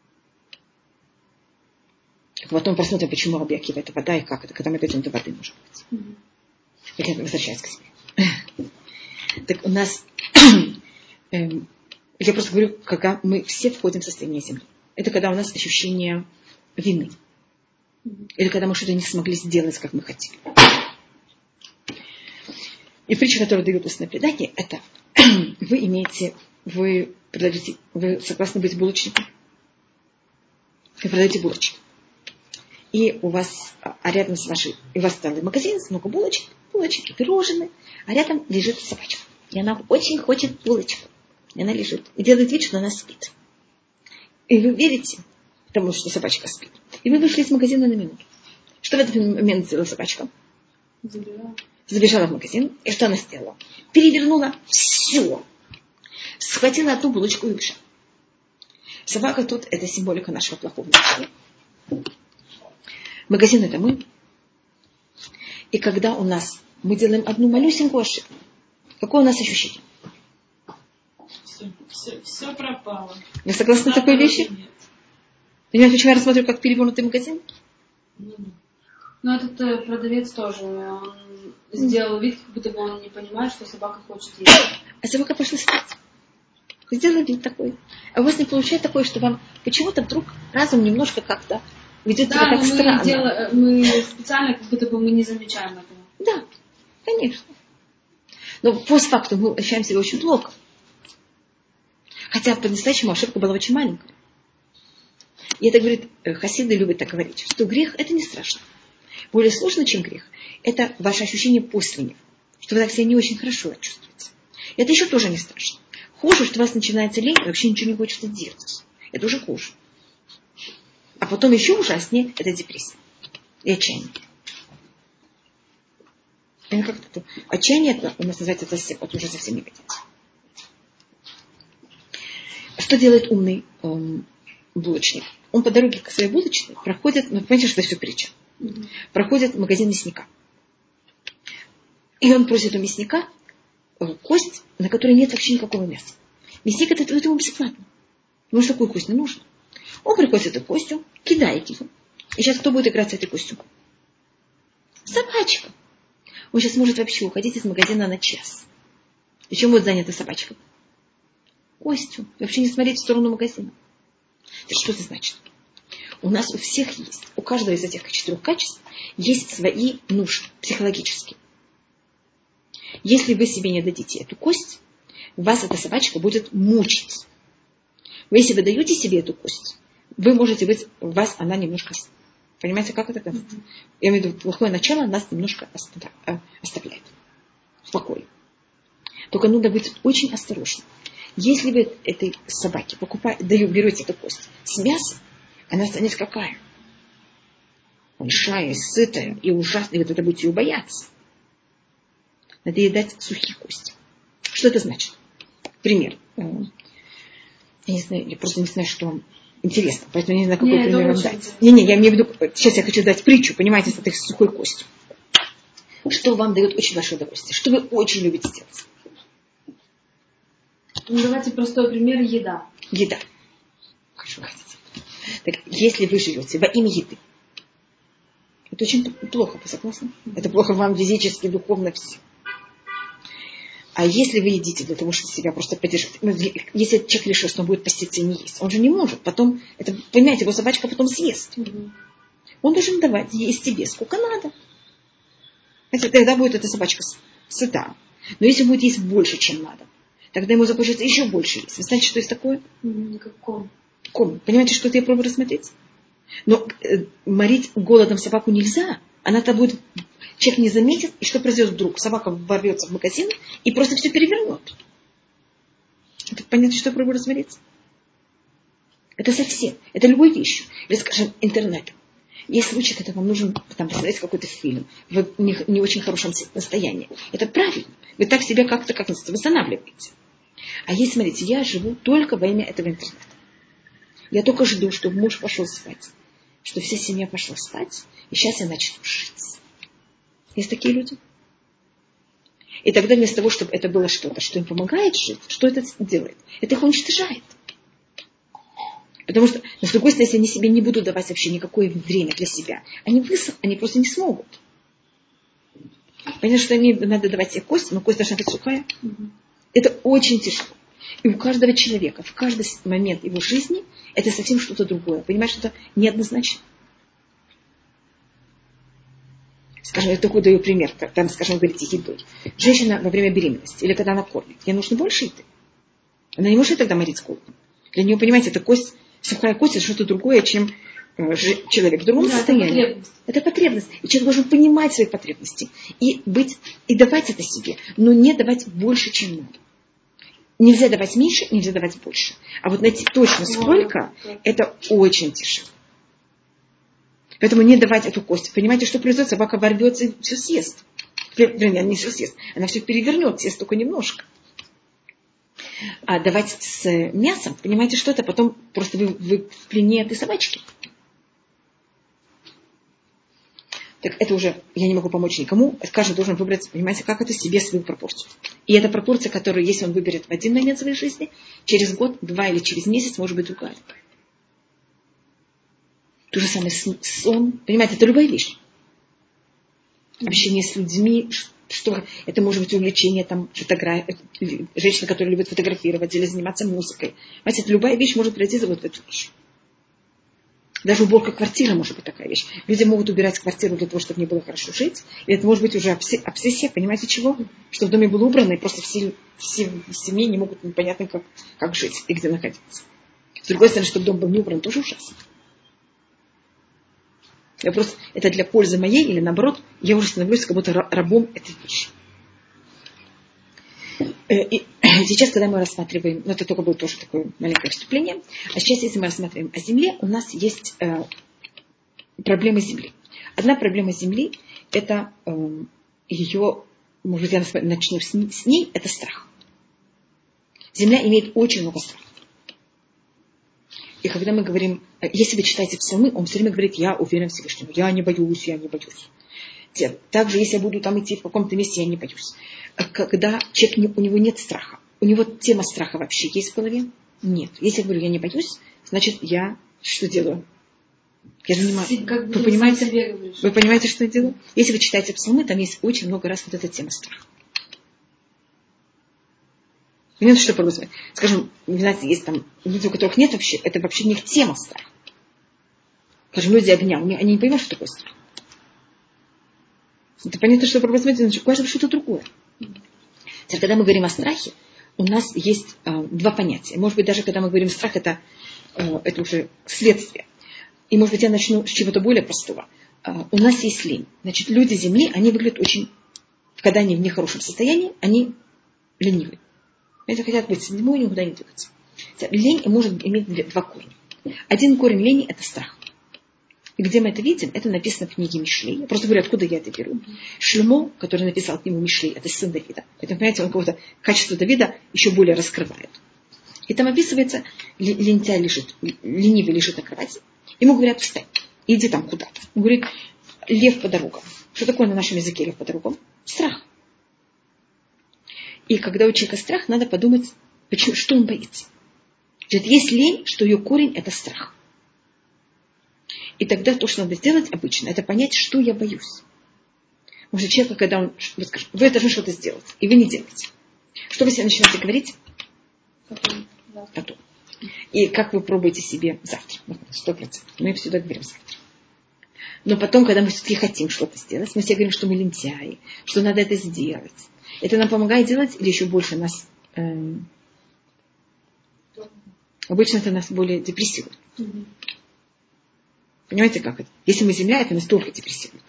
Потом посмотрим, почему Раби Акива это вода и как это, когда мы дойдем до воды, может быть. Mm-hmm. Возвращаясь к себе. Так у нас, э, я просто говорю, когда мы все входим в состояние земли. Это когда у нас ощущение вины. Mm-hmm. Или когда мы что-то не смогли сделать, как мы хотели. И притча, которую дает устное предание, это вы имеете, вы продаете, вы согласны быть булочником? Вы продаете булочки. И у вас, а рядом с вашей, у вас целый магазин, много булочек, булочки, пирожные, а рядом лежит собачка. И она очень хочет булочку. И она лежит. И делает вид, что она спит. И вы верите, потому что собачка спит. И вы вышли из магазина на минуту. Что в этот момент сделала собачка? Забежала. Забежала в магазин. И что она сделала? Перевернула все. Схватила одну булочку и убежала. Собака тут это символика нашего плохого начала. Магазин это мы. И когда у нас мы делаем одну малюсенькую ошибку, какое у нас ощущение? Все, все, все пропало. Вы согласны с такой вещью? Понимаете, почему я рассматриваю как перевернутый магазин? Ну, этот э, продавец тоже, он сделал вид, как будто бы он не понимает, что собака хочет есть. А собака пошла спать. Сделала вид такой. А у вас не получается такое, что вам почему-то вдруг разум немножко как-то ведет да, себя так мы странно. Делаем, мы специально, как будто бы мы не замечаем этого. Да, конечно. Но постфактум мы ощущаем себя очень плохо. Хотя по-настоящему ошибка была очень маленькая. И это говорит, хасиды любят так говорить, что грех это не страшно. Более сложно, чем грех, это ваше ощущение после него. Что вы так себя не очень хорошо чувствуете. Это еще тоже не страшно. Хуже, что у вас начинается лень, и вообще ничего не хочется делать. Это уже хуже. А потом еще ужаснее, это депрессия и отчаяние. И как-то, отчаяние, это, у нас называется, это, совсем, это уже совсем не годится. Что делает умный эм, булочник? Он по дороге к своей булочной проходит, ну, понимаете, что это все притча, mm-hmm. проходит в магазин мясника. И он просит у мясника э, кость, на которой нет вообще никакого мяса. Мясник это дает ему бесплатно. Ему же такую кость не нужно. Он приходит с этой костью, кидает ее. И сейчас кто будет играть с этой костью? Собачка. Он сейчас может вообще уходить из магазина на час. И чем будет занята собачка? Костью. И вообще не смотреть в сторону магазина. Что это значит? У нас у всех есть, у каждого из этих четырех качеств есть свои нужды психологические. Если вы себе не дадите эту кость, вас эта собачка будет мучить. Если вы даете себе эту кость, вы можете быть, вас она немножко, понимаете, как это кажется? Mm-hmm. Я имею в виду, плохое начало нас немножко оставляет в покое. Только нужно быть очень осторожным. Если вы этой собаке покупаете, берете эту кость с мясом, она станет какая? Большая, сытая и ужасная, и вы тогда будете ее бояться. Надо ей дать сухие кости. Что это значит? Пример. Я не знаю, я просто не знаю, что вам интересно, поэтому я не знаю, какой не, пример вам дать. Не-не, я имею в виду, сейчас я хочу дать притчу, понимаете, с этой сухой костью. Что вам дает очень большое удовольствие? Что вы очень любите делать? Ну, давайте простой пример. Еда. Еда. Хорошо, хотите. Так если вы живете во имя еды, это очень плохо, вы согласны? Это плохо вам физически, духовно, все. А если вы едите для того, чтобы себя просто поддержать, ну, если человек решил, что он будет поститься и не есть, он же не может. Потом, это, понимаете, его собачка потом съест. Mm-hmm. Он должен давать есть тебе сколько надо. Хотя тогда будет эта собачка сыта. Но если будет есть больше, чем надо, тогда ему захочется еще больше есть. Вы знаете, что есть такое? Mm-hmm. Как ком. Ком. Понимаете, что это я пробую рассмотреть? Но э, морить голодом собаку нельзя. Она-то будет... Человек не заметит, и что произойдет вдруг? Собака ворвется в магазин и просто все перевернет. Это понятно, что я пробую рассмотреть? Это совсем. Это любой вещь. Или, скажем, интернет. Есть случаи, когда вам нужно там, посмотреть какой-то фильм. Вы в не, не очень хорошем состоянии. Это правильно. Вы так себя как-то, как называется, восстанавливаете. А есть, смотрите, я живу только во имя этого интернета. Я только жду, чтобы муж пошел спать. Что вся семья пошла спать. И сейчас я начну жить. Есть такие люди? И тогда вместо того, чтобы это было что-то, что им помогает жить, что это делает? Это их уничтожает. Потому что, но с другой стороны, если они себе не будут давать вообще никакое время для себя, они высохнут, они просто не смогут. Понятно, что им надо давать себе кость, но кость должна быть сухая. Mm-hmm. Это очень тяжело. И у каждого человека, в каждый момент его жизни, это совсем что-то другое. Понимаешь, что это неоднозначно. Скажем, я такой даю пример, когда, скажем, вы говорите едой. Женщина во время беременности, или когда она кормит, ей нужно больше еды. Она не может тогда морить с голодом. Для нее, понимаете, это кость, сухая кость, это что-то другое, чем э, человек в другом да, состоянии. Это потребность. это потребность. И человек должен понимать свои потребности. И, быть, и давать это себе, но не давать больше, чем надо. Нельзя давать меньше, нельзя давать больше. А вот найти точно сколько, вот. Это очень тяжело. Поэтому не давать эту кость. Понимаете, что произойдет? Собака ворвется и все съест. Вернее, не все съест. Она все перевернет, съест только немножко. А давать с мясом, понимаете, что это? Потом просто вы, вы в плене этой собачки. Так это уже, я не могу помочь никому. Каждый должен выбрать, понимаете, как это себе свою пропорцию. И эта пропорция, которую, если он выберет в один момент своей жизни, через год, два или через месяц, может быть другая. То же самое сон. Понимаете, это любая вещь. Общение с людьми, что это может быть увлечение, там, фотографии, женщина, которая любит фотографировать или заниматься музыкой. Понимаете, это любая вещь может пройти вот в эту вещь. Даже уборка квартиры может быть такая вещь. Люди могут убирать квартиру для того, чтобы не было хорошо жить. И это может быть уже обсессия, понимаете, чего? Чтобы в доме было убрано, и просто все, все в семье не могут непонятно, как, как жить и где находиться. С другой стороны, чтобы дом был не убран, тоже ужасно. Я просто, это для пользы моей или наоборот, я уже становлюсь как будто рабом этой вещи. И сейчас, когда мы рассматриваем, ну это только было тоже такое маленькое вступление, а сейчас, если мы рассматриваем о Земле, у нас есть э, проблемы Земли. Одна проблема Земли, это э, ее, может быть, я начну с, с ней, это страх. Земля имеет очень много страха. И когда мы говорим, если вы читаете псалмы, он все время говорит, я уверен в Всевышнем, я не боюсь, я не боюсь. Также, если я буду там идти в каком-то месте, я не боюсь. Когда человек, не, у него нет страха, у него тема страха вообще есть в голове? Нет. Если я говорю, я не боюсь, значит, я что делаю? Я занимаюсь. Как вы, понимаете, вы понимаете, что я делаю? Если вы читаете псалмы, там есть очень много раз вот эта тема страха. Понятно, что просто, скажем, не знаете, есть там люди, у которых нет вообще, это вообще не их тема страха. Скажем, люди огня, они не понимают, что такое страх. Это понятно, что просто у каждого что-то другое. Теперь, когда мы говорим о страхе, у нас есть э, два понятия. Может быть, даже когда мы говорим страх, это, э, это уже следствие. И, может быть, я начну с чего-то более простого. Э, у нас есть лень. Значит, люди Земли, они выглядят очень, когда они в нехорошем состоянии, они ленивые. Они хотят быть седьмой и никуда не двигаться. Лень может иметь два корня. Один корень лени – это страх. И где мы это видим, это написано в книге Мишлей. Я просто говорю, откуда я это беру. Шлемо, который написал книгу Мишлей, это сын Давида. Поэтому, понимаете, он какое-то качество Давида еще более раскрывает. И там описывается, лентяй лежит, ленивый лежит на кровати. Ему говорят, встань, иди там куда-то. Он говорит, лев по дорогам. Что такое на нашем языке лев по дорогам? Страх. И когда у человека страх, надо подумать, почему, что он боится. Есть лень, что ее корень – это страх. И тогда то, что надо сделать обычно, это понять, что я боюсь. Потому что человек, когда он, вы скажете, вы должны что-то сделать, и вы не делаете. Что вы себе начинаете говорить? Потом. Да. Потом. И как вы пробуете себе завтра? Сто процентов. Мы всегда говорим завтра. Но потом, когда мы все-таки хотим что-то сделать, мы все говорим, что мы лентяи, что надо это сделать. Это нам помогает делать или еще больше нас... Э, обычно это нас более депрессирует. Угу. Понимаете, как это? Если мы земля, это нас только депрессирует.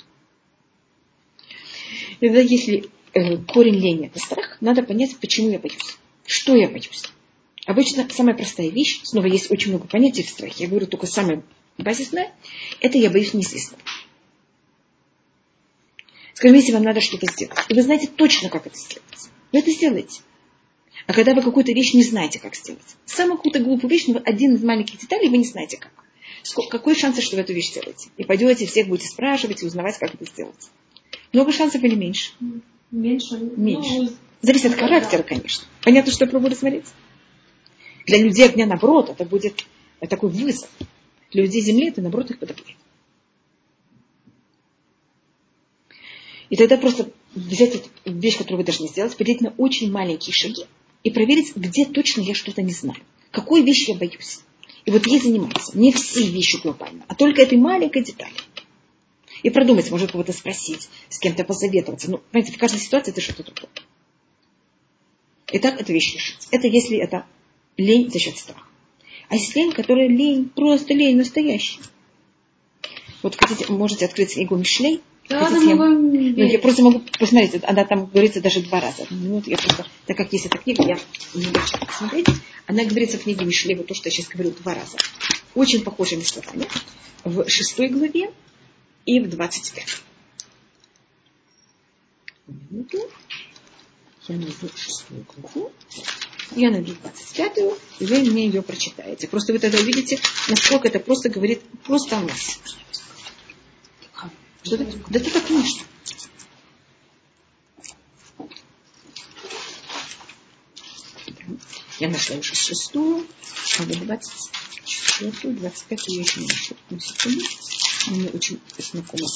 И тогда, если э, корень лени – это страх, надо понять, почему я боюсь. Что я боюсь. Обычно самая простая вещь, снова есть очень много понятий в страхе, я говорю только самое базисное, это я боюсь неизвестного. Скажем, если вам надо что-то сделать, и вы знаете точно, как это сделать, вы это сделаете. А когда вы какую-то вещь не знаете, как сделать, самую какую-то глупую вещь, но один из маленьких деталей вы не знаете, как. Сколько, какой шанс, что вы эту вещь сделаете? И пойдете, всех будете спрашивать и узнавать, как это сделать. Много шансов или меньше? Меньше. Меньше. Ну, зависит от характера, конечно. Понятно, что я пробую смотреть. Для людей огня, наоборот, это будет такой вызов. Для людей земли это, наоборот, их подогреет. И тогда просто взять эту вещь, которую вы должны сделать, поделить на очень маленькие шаги и проверить, где точно я что-то не знаю. Какой вещи я боюсь. И вот ей заниматься. Не все вещи глобально, а только этой маленькой детали. И продумать, может кого-то спросить, с кем-то посоветоваться. Ну, понимаете, в каждой ситуации это что-то другое. Итак, эту вещь решить. Это если это лень за счет страха. А если лень, которая лень, просто лень настоящая. Вот хотите, можете открыть книгу Мишлей. Да, хотите, я... Ну, я просто могу посмотреть, она там говорится даже два раза. Одну минуту, я просто, так как есть эта книга, я не буду посмотреть. Она говорится в книге Мишлей, вот то, что я сейчас говорю, два раза. Очень похожими словами. В шестой главе и в двадцать пятой. Минуту. Я найду шестую главу. Я найду двадцать пятую, и вы мне ее прочитаете. Просто вы тогда увидите, насколько это просто говорит просто о нас. Что это? Да это так нужно. Я нашла уже шестую, а вот двадцать четвертую, двадцать пятую я еще не нашла. На секунду. Мне очень знакомо.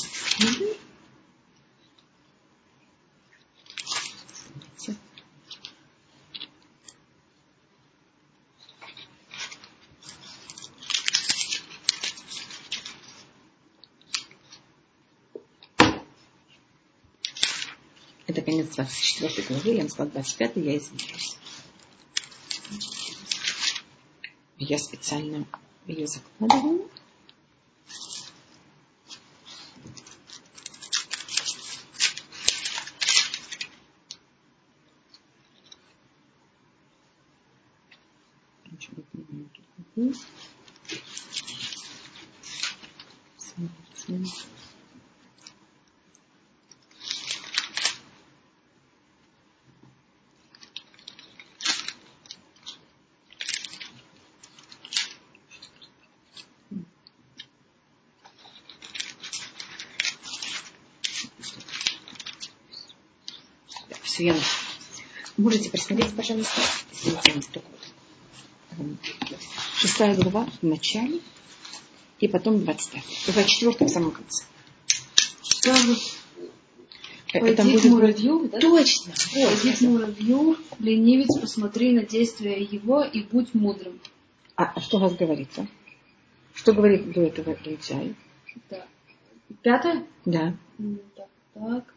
Это конец двадцать четвёртой главы, я нашла двадцать пятой, я извиняюсь. Я специально ее закладываю. Все, я нашла. Можете просмотреть, пожалуйста, шестая глава в начале, и потом двадцать пятая. двадцать четвёртая в самом конце. Это будет... муравью, да? Точно. Пойди к муравью, ленивец, посмотри на действия его и будь мудрым. А что у вас говорится? Что говорит до этого лентяя? Да. Пятое? Да. Так, так.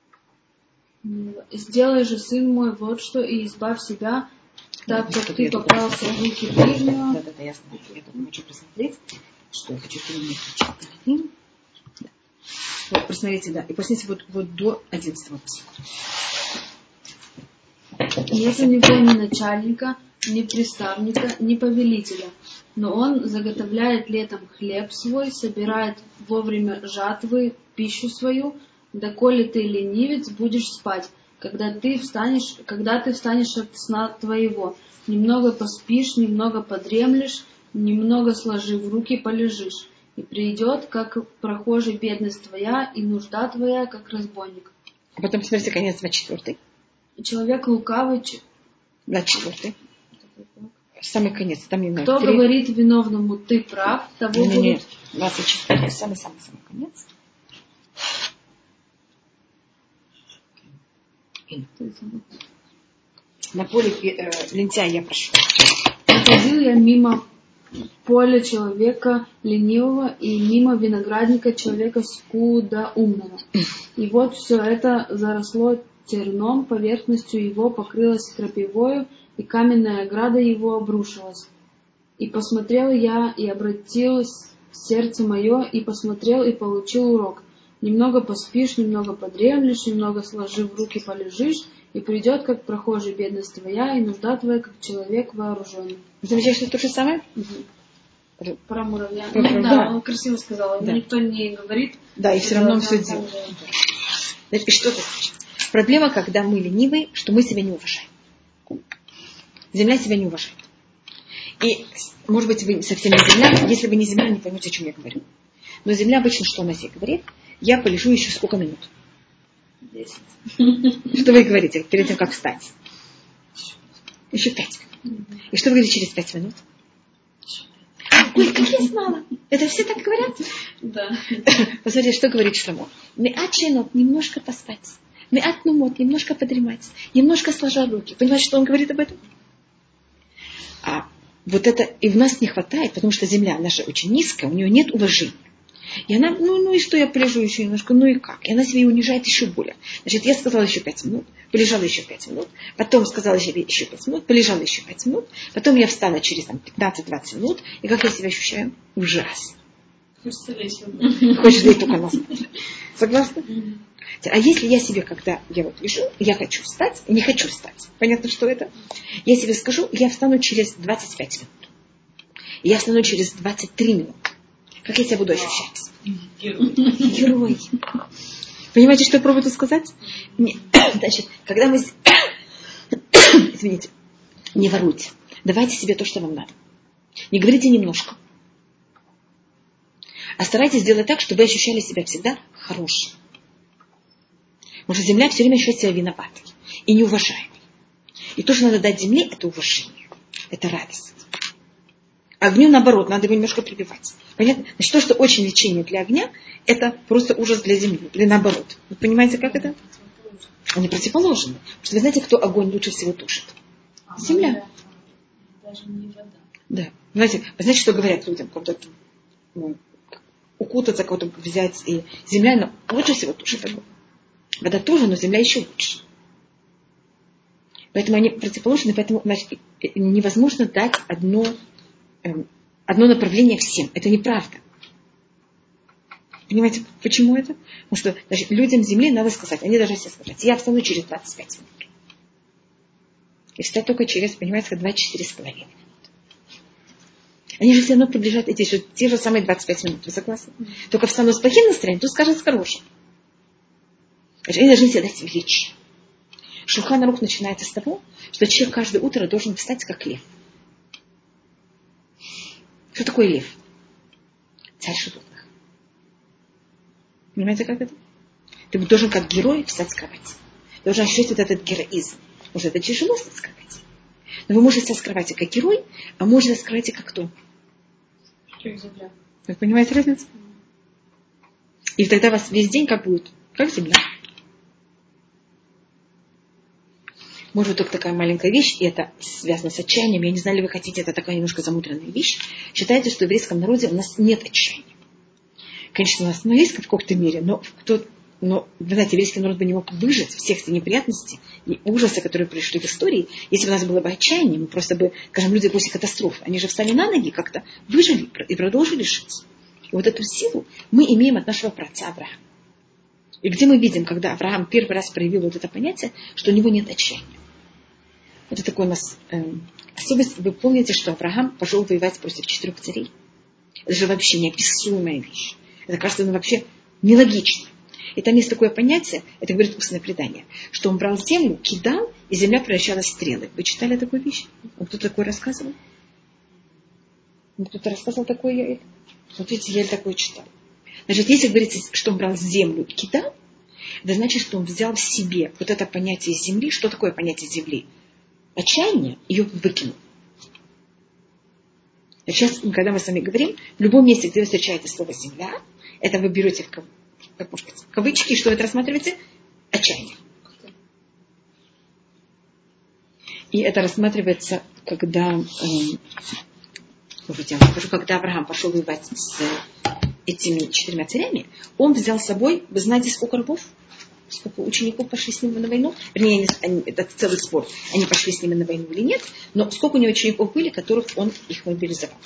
Сделай же, сын мой, вот что, и избавь себя, так как ты попался в руки ближнего. Да, да, да, я знаю. Я только хочу просмотреть, что я хочу переметить. Да. Вот, просмотрите, да. И посмотрите вот, вот до одиннадцатого. Нет у него ни начальника, ни приставника, ни повелителя. Но он заготовляет летом хлеб свой, собирает вовремя жатвы пищу свою, доколе ты, ленивец, будешь спать, когда ты встанешь, когда ты встанешь от сна твоего. Немного поспишь, немного подремлешь, немного сложив руки, полежишь. И придет, как прохожий, бедность твоя, и нужда твоя, как разбойник. А потом посмотрите конец двадцать четвёртый. Человек лукавый... двадцать четвёртый. самый конец. Там не Кто три... говорит виновному, ты прав, того не, будут... Нет, двадцать четыре, самый-самый-самый конец. На поле э, лентяя я прошу. Проходил я мимо поля человека ленивого и мимо виноградника человека скудоумного. И вот все это заросло терном, поверхностью его покрылась крапивою, и каменная ограда его обрушилась. И посмотрел я, и обратил сердце мое, и посмотрел, и получил урок. Немного поспишь, немного подремлешь, немного сложив руки полежишь, и придет, как прохожий, бедность твоя, и нужда твоя, как человек вооруженный. Замечаешь, что это то же самое? Угу. Про муравья. Про, ну, про, да, да, он красиво сказал, да. Никто не говорит. Да, и все равно он все делает. Значит, и что это значит? Проблема, когда мы ленивые, что мы себя не уважаем. Земля себя не уважает. И, может быть, вы совсем не земля, если вы не земля, не поймете, о чем я говорю. Но земля обычно, что она себе говорит? Я полежу еще сколько минут? Десять. Что вы говорите перед тем, как встать? Еще пять минут. И что вы говорите через пять минут? Ой, как я знала. Это все так говорят? Да. Посмотрите, что говорит Шломо. Меат шенот, немножко поспать. Меат нумот, немножко подремать. Немножко сложа руки. Понимаете, что он говорит об этом? А вот это и в нас не хватает, потому что земля наша очень низкая, у нее нет уважения. И она, ну, ну и что, я полежу еще немножко, ну и как? И она себя унижает еще более. Значит, я сказала еще пять минут, полежала еще пять минут, потом сказала себе еще пять минут, полежала еще пять минут, потом я встала через там, пятнадцать-двадцать минут, и как я себя ощущаю? Ужасно. Хочешь жить только на смотре. Согласна? А если я себе, когда я вот лежу, я хочу встать, не хочу встать, понятно, что это? Я себе скажу, я встану через двадцать пять минут. И я встану через двадцать три минуты. Как я себя буду ощущать? Герой. Герой. Понимаете, что я пробую сказать? Нет. Значит, когда мы... Извините. Не воруйте. Давайте себе то, что вам надо. Не говорите немножко. А старайтесь сделать так, чтобы вы ощущали себя всегда хорошим. Потому что земля все время ощущает себя виноватой и неуважаемой. И то, что надо дать земле, это уважение. Это радость. Огню, наоборот, надо его немножко прибивать. Понятно? Значит, то, что очень лечение для огня, это просто ужас для земли. Или наоборот. Вы понимаете, как это? Они противоположны. Потому что вы знаете, кто огонь лучше всего тушит? Земля. Даже не вода. Да. Знаете, вы знаете, что говорят людям, когда ну, укутаться, кого-то взять, и земля она лучше всего тушит огонь. Вода тоже, но земля еще лучше. Поэтому они противоположны, поэтому значит, невозможно дать одно, эм, одно направление всем. Это неправда. Понимаете, почему это? Потому что значит, людям земли надо сказать, они должны себе сказать, я встану через двадцать пять минут. И встать только через, понимаете, двадцать четыре с половиной минут. Они же все равно приближают эти же, те же самые двадцать пять минут. Вы согласны? Mm-hmm. Только встану с плохим настроением, тут скажут с хорошим. Значит, они должны себе дать величие. Шулхан Арух начинается с того, что человек каждое утро должен встать как лев. Что такое лев? Царь животных. Понимаете, как это? Ты должен как герой встать с кровати. Ты должен ощутить вот этот героизм. Потому что это тяжело встать с кровати. Но вы можете встать с кровати как герой, а можете встать с кровати как кто? Как земля. Вы понимаете разницу? И тогда у вас весь день как будет? Как земля. Может быть, только такая маленькая вещь, и это связано с отчаянием. Я не знаю, ли вы хотите, это такая немножко замудренная вещь. Считается, что в еврейском народе у нас нет отчаяния. Конечно, у нас ну, есть в какой-то мере, но, кто, но вы знаете, еврейский народ бы не мог выжить всех этих неприятностей и ужаса, которые пришли в истории, если бы у нас было бы отчаяние, мы просто бы, скажем, люди после катастрофы, они же встали на ноги как-то, выжили и продолжили жить. И вот эту силу мы имеем от нашего праотца Авраама. И где мы видим, когда Авраам первый раз проявил вот это понятие, что у него нет отчаяния. Это такой у нас э, особенность. Вы помните, что Авраам пошел воевать против четырех царей? Это же вообще неописуемая вещь. Это кажется ну, вообще нелогично. И там есть такое понятие, это говорит устное предание, что он брал землю, кидал, и земля превращалась в стрелы. Вы читали такую вещь? Он кто-то такое рассказывал? Кто-то рассказывал такое? Я... Вот видите, я такое читала. Значит, если говорится, что он брал землю и кидал, это значит, что он взял в себе вот это понятие земли. Что такое понятие земли? Отчаяние, ее выкинул. Сейчас, когда мы с вами говорим, в любом месте, где вы встречаете слово «земля», это вы берете в, кав... как можно сказать, в кавычки, что это рассматриваете? Отчаяние. И это рассматривается, когда, э, может, я вам скажу, когда Авраам пошел воевать с этими четырьмя царями, он взял с собой, вы знаете, сколько рабов? Сколько учеников пошли с ним на войну? Вернее, они, это целый спор, они пошли с ними на войну или нет, но сколько у него учеников были, которых он их мобилизовал?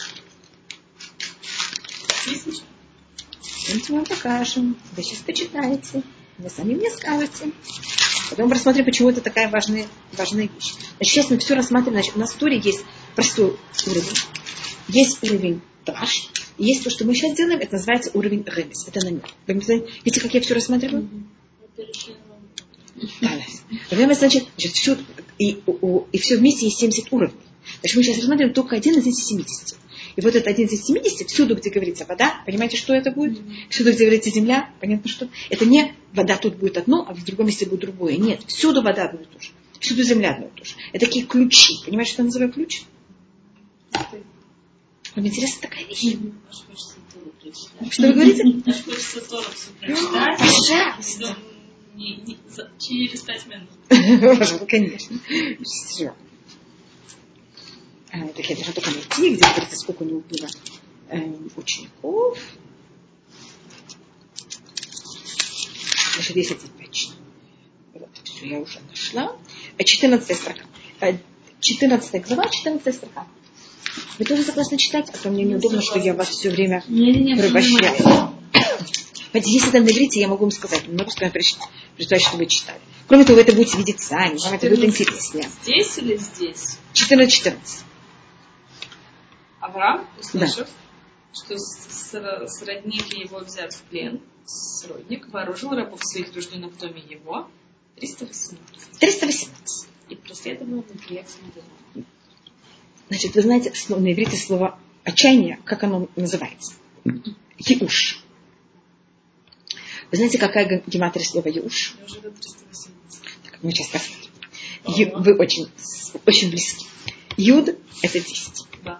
Мы вам покажем. Вы сейчас почитаете. Вы сами мне скажете. Потом мы рассмотрим, почему это такая важная, важная вещь. Значит, сейчас мы все рассматриваем. Значит, у нас в Торе есть простой уровень. Есть уровень Драш. И есть то, что мы сейчас делаем, это называется уровень Ремес. Это намек. Вы видите, как я все рассматриваю? Ремес, значит, значит все, и, у, и все вместе есть семьдесят уровней. Значит, мы сейчас рассматриваем только один из этих семидесяти. И вот это один из семидесяти, всюду, где говорится вода, понимаете, что это будет? Всюду, где говорится земля, понятно, что это не вода тут будет одно, а в другом месте будет другое. Нет, всюду вода будет тоже. Всюду земля одно и то же. Это такие ключи. Понимаете, что я называю ключ? Вам интересна такая вещь? Что вы говорите? Пожалуйста. Через пять минут. Конечно. Все. А, так я должна только найти, где говорится, сколько у него было э, учеников. Значит, десять пять. Вот, все, я уже нашла. четырнадцатая строка. четырнадцатая глава, четырнадцатая строка. Вы тоже согласны читать? А то мне неудобно, что я вас все время превращаю. Если это на иврите, я могу вам сказать. Много с вами прочитать, что вы читали. Кроме того, вы это будете видеть сами. Вам это будет интереснее. Здесь или здесь? четырнадцать четырнадцать. Авраам, услышав, да. что сродники его взят в плен, сродник вооружил рабов своих рожденных в доме его, триста восемнадцать. триста восемнадцать. И преследовал неприятельный дом. Значит, вы знаете на иврите слово отчаяние, как оно называется? Еуш. Вы знаете, какая гематрия слова еуш? Я уже до триста восемнадцать. Так, мы сейчас посмотрим. Ю, вы очень, очень близки. Юд – это десять. Да.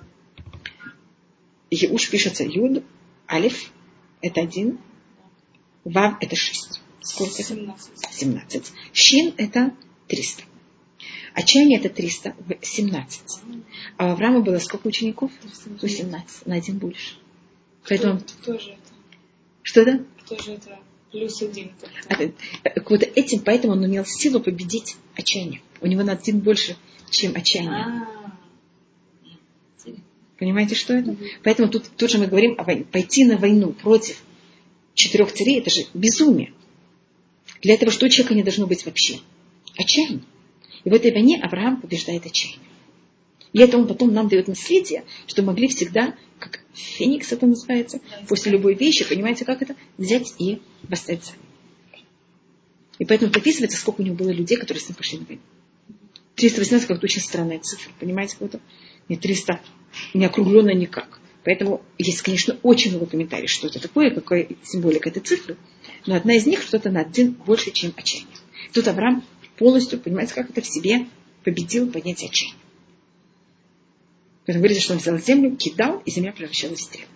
Еуш пишется юд, алиф – это один, вав – это шесть. Сколько семнадцать. это? семнадцать. Шин – это триста. Отчаяние – это триста, семнадцать. А у Авраама было сколько учеников? восемнадцать. На один больше. Поэтому... Кто, кто же это? Что это? Кто же это? Плюс один. Это, вот этим, поэтому он имел силу победить отчаяние. У него на один больше, чем отчаяние. А-а-а. Понимаете, что это? Mm-hmm. Поэтому тут тоже мы говорим о войне. Пойти на войну против четырех царей – это же безумие. Для этого что у человека не должно быть вообще? Отчаяние. И в этой войне Авраам побеждает отчаяние. И это он потом нам дает наследие, что могли всегда, как феникс это называется, после любой вещи, понимаете, как это, взять и восстать сами. И поэтому описывается, сколько у него было людей, которые с ним пошли на войну. триста восемнадцать как-то очень странная цифра, понимаете, как-то? Не триста, не округленно никак. Поэтому есть, конечно, очень много комментариев, что это такое, какая символика этой цифры. Но одна из них что-то на один больше, чем отчаяние. Тут Авраам полностью, понимаете, как это в себе победил понятие отчаяния. Поэтому говорится, что он взял землю, кидал, и земля превращалась в стрелу.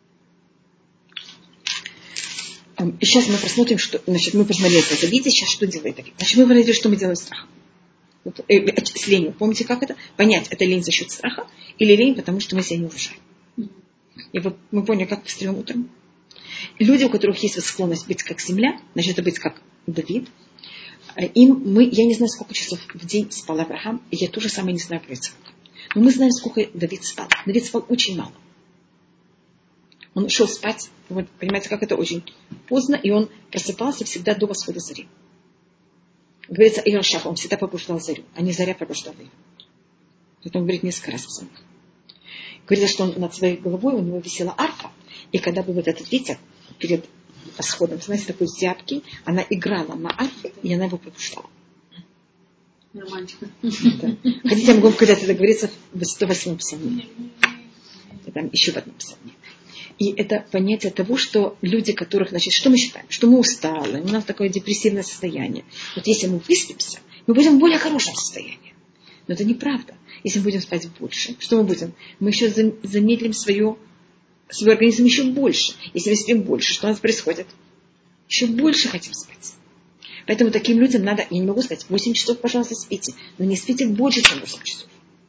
И сейчас мы посмотрим, что, значит, мы посмотрели это видите, сейчас что делает Давид. Значит, мы говорили, что мы делаем с страхом. Вот, э, э, с ленью. Помните, как это? Понять, это лень за счет страха или лень, потому что мы себя не уважаем. И вот мы поняли, как встаем утром. И люди, у которых есть вот склонность быть как земля, значит, это быть как Давид, им мы, я не знаю, сколько часов в день спал Авраам, и я тоже самое не знаю про Ицхака. Но мы знаем, сколько Давид спал. Давид спал очень мало. Он шел спать, вот, понимаете, как это очень поздно, и он просыпался всегда до восхода зари. Говорится, Ион Шах, он всегда пробуждал зарю, а не заря пробуждала его. Это он говорит несколько раз в псалмах. Говорится, что он над своей головой, у него висела арфа, и когда был вот этот ветер перед восходом, знаете, такой зябкий, она играла на арфе, и она его пробуждала. Романтика. Да. Хотите, я могу сказать, это говорится в сто восьмом псалме. И там еще в одном псалме. И это понятие того, что люди, которых, значит, что мы считаем? Что мы усталы, у нас такое депрессивное состояние. Вот если мы выспимся, мы будем в более хорошем состоянии. Но это неправда. Если мы будем спать больше, что мы будем? Мы еще замедлим свое, свой организм еще больше. Если мы спим больше, что у нас происходит? Еще больше хотим спать. Поэтому таким людям надо, я не могу сказать, восемь часов, пожалуйста, спите. Но не спите больше, чем восемь часов.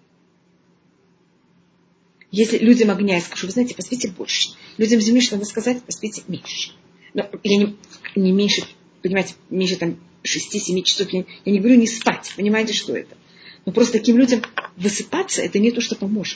Если людям огня я скажу, вы знаете, поспите больше. Людям земли, что надо сказать, поспите меньше. Но я не, не меньше, понимаете, меньше там шести-семи часов. Я, я не говорю не спать. Понимаете, что это? Но просто таким людям высыпаться, это не то, что поможет.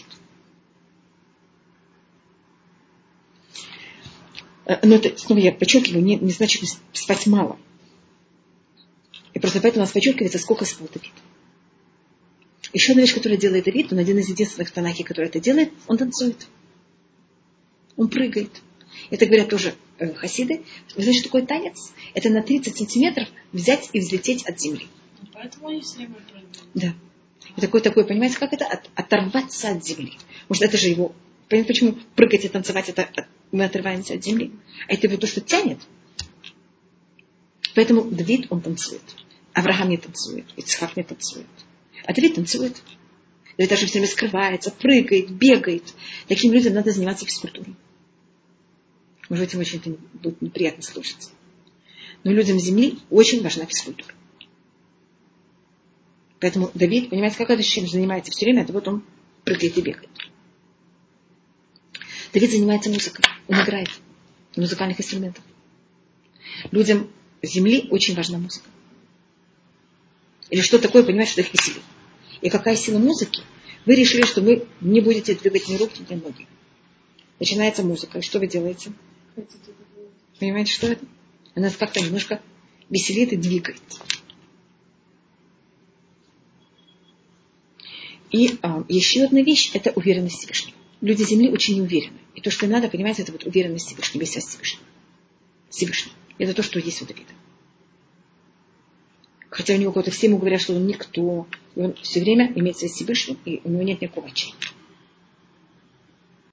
Но это, снова я подчеркиваю, не, не значит спать мало. И просто поэтому у нас подчеркивается, сколько спал Давид. Еще одна вещь, которую делает Давид, он один из единственных в Танахе, который это делает, он танцует. Он прыгает. Это говорят тоже э, хасиды. Вы знаете, что такое танец? Это на тридцать сантиметров взять и взлететь от земли. Поэтому они все время прыгают. Да. И такое, такое, понимаете, как это? От, оторваться от земли. Может, это же его... Понимаете, почему прыгать и танцевать, это мы отрываемся от земли? А это его то, что тянет. Поэтому Давид, он танцует. Авраам не танцует. Ицхак не танцует. А Давид танцует. Давид даже все время скрывается, прыгает, бегает. Таким людям надо заниматься физкультурой. Может быть, им очень это будет неприятно слушать. Но людям земли очень важна физкультура. Поэтому Давид, понимаете, как это чем занимается все время, это вот он прыгает и бегает. Давид занимается музыкой. Он играет на музыкальных инструментах. Людям земли очень важна музыка. Или что такое, понимаете, что их веселит. И какая сила музыки? Вы решили, что вы не будете двигать ни руки, ни ноги. Начинается музыка. И что вы делаете? Понимаете, что это? Она нас как-то немножко веселит и двигает. И а, еще одна вещь – это уверенность в Всевышнем. Люди Земли очень неуверенны. И то, что им надо, понимаете, это вот уверенность в Всевышнем, весь Всевышнем. Всевышнем. Это то, что есть у Давида. Хотя у него кого-то все ему говорят, что он никто. И он все время имеет связь с Всевышним, и у него нет никакого отчаяния.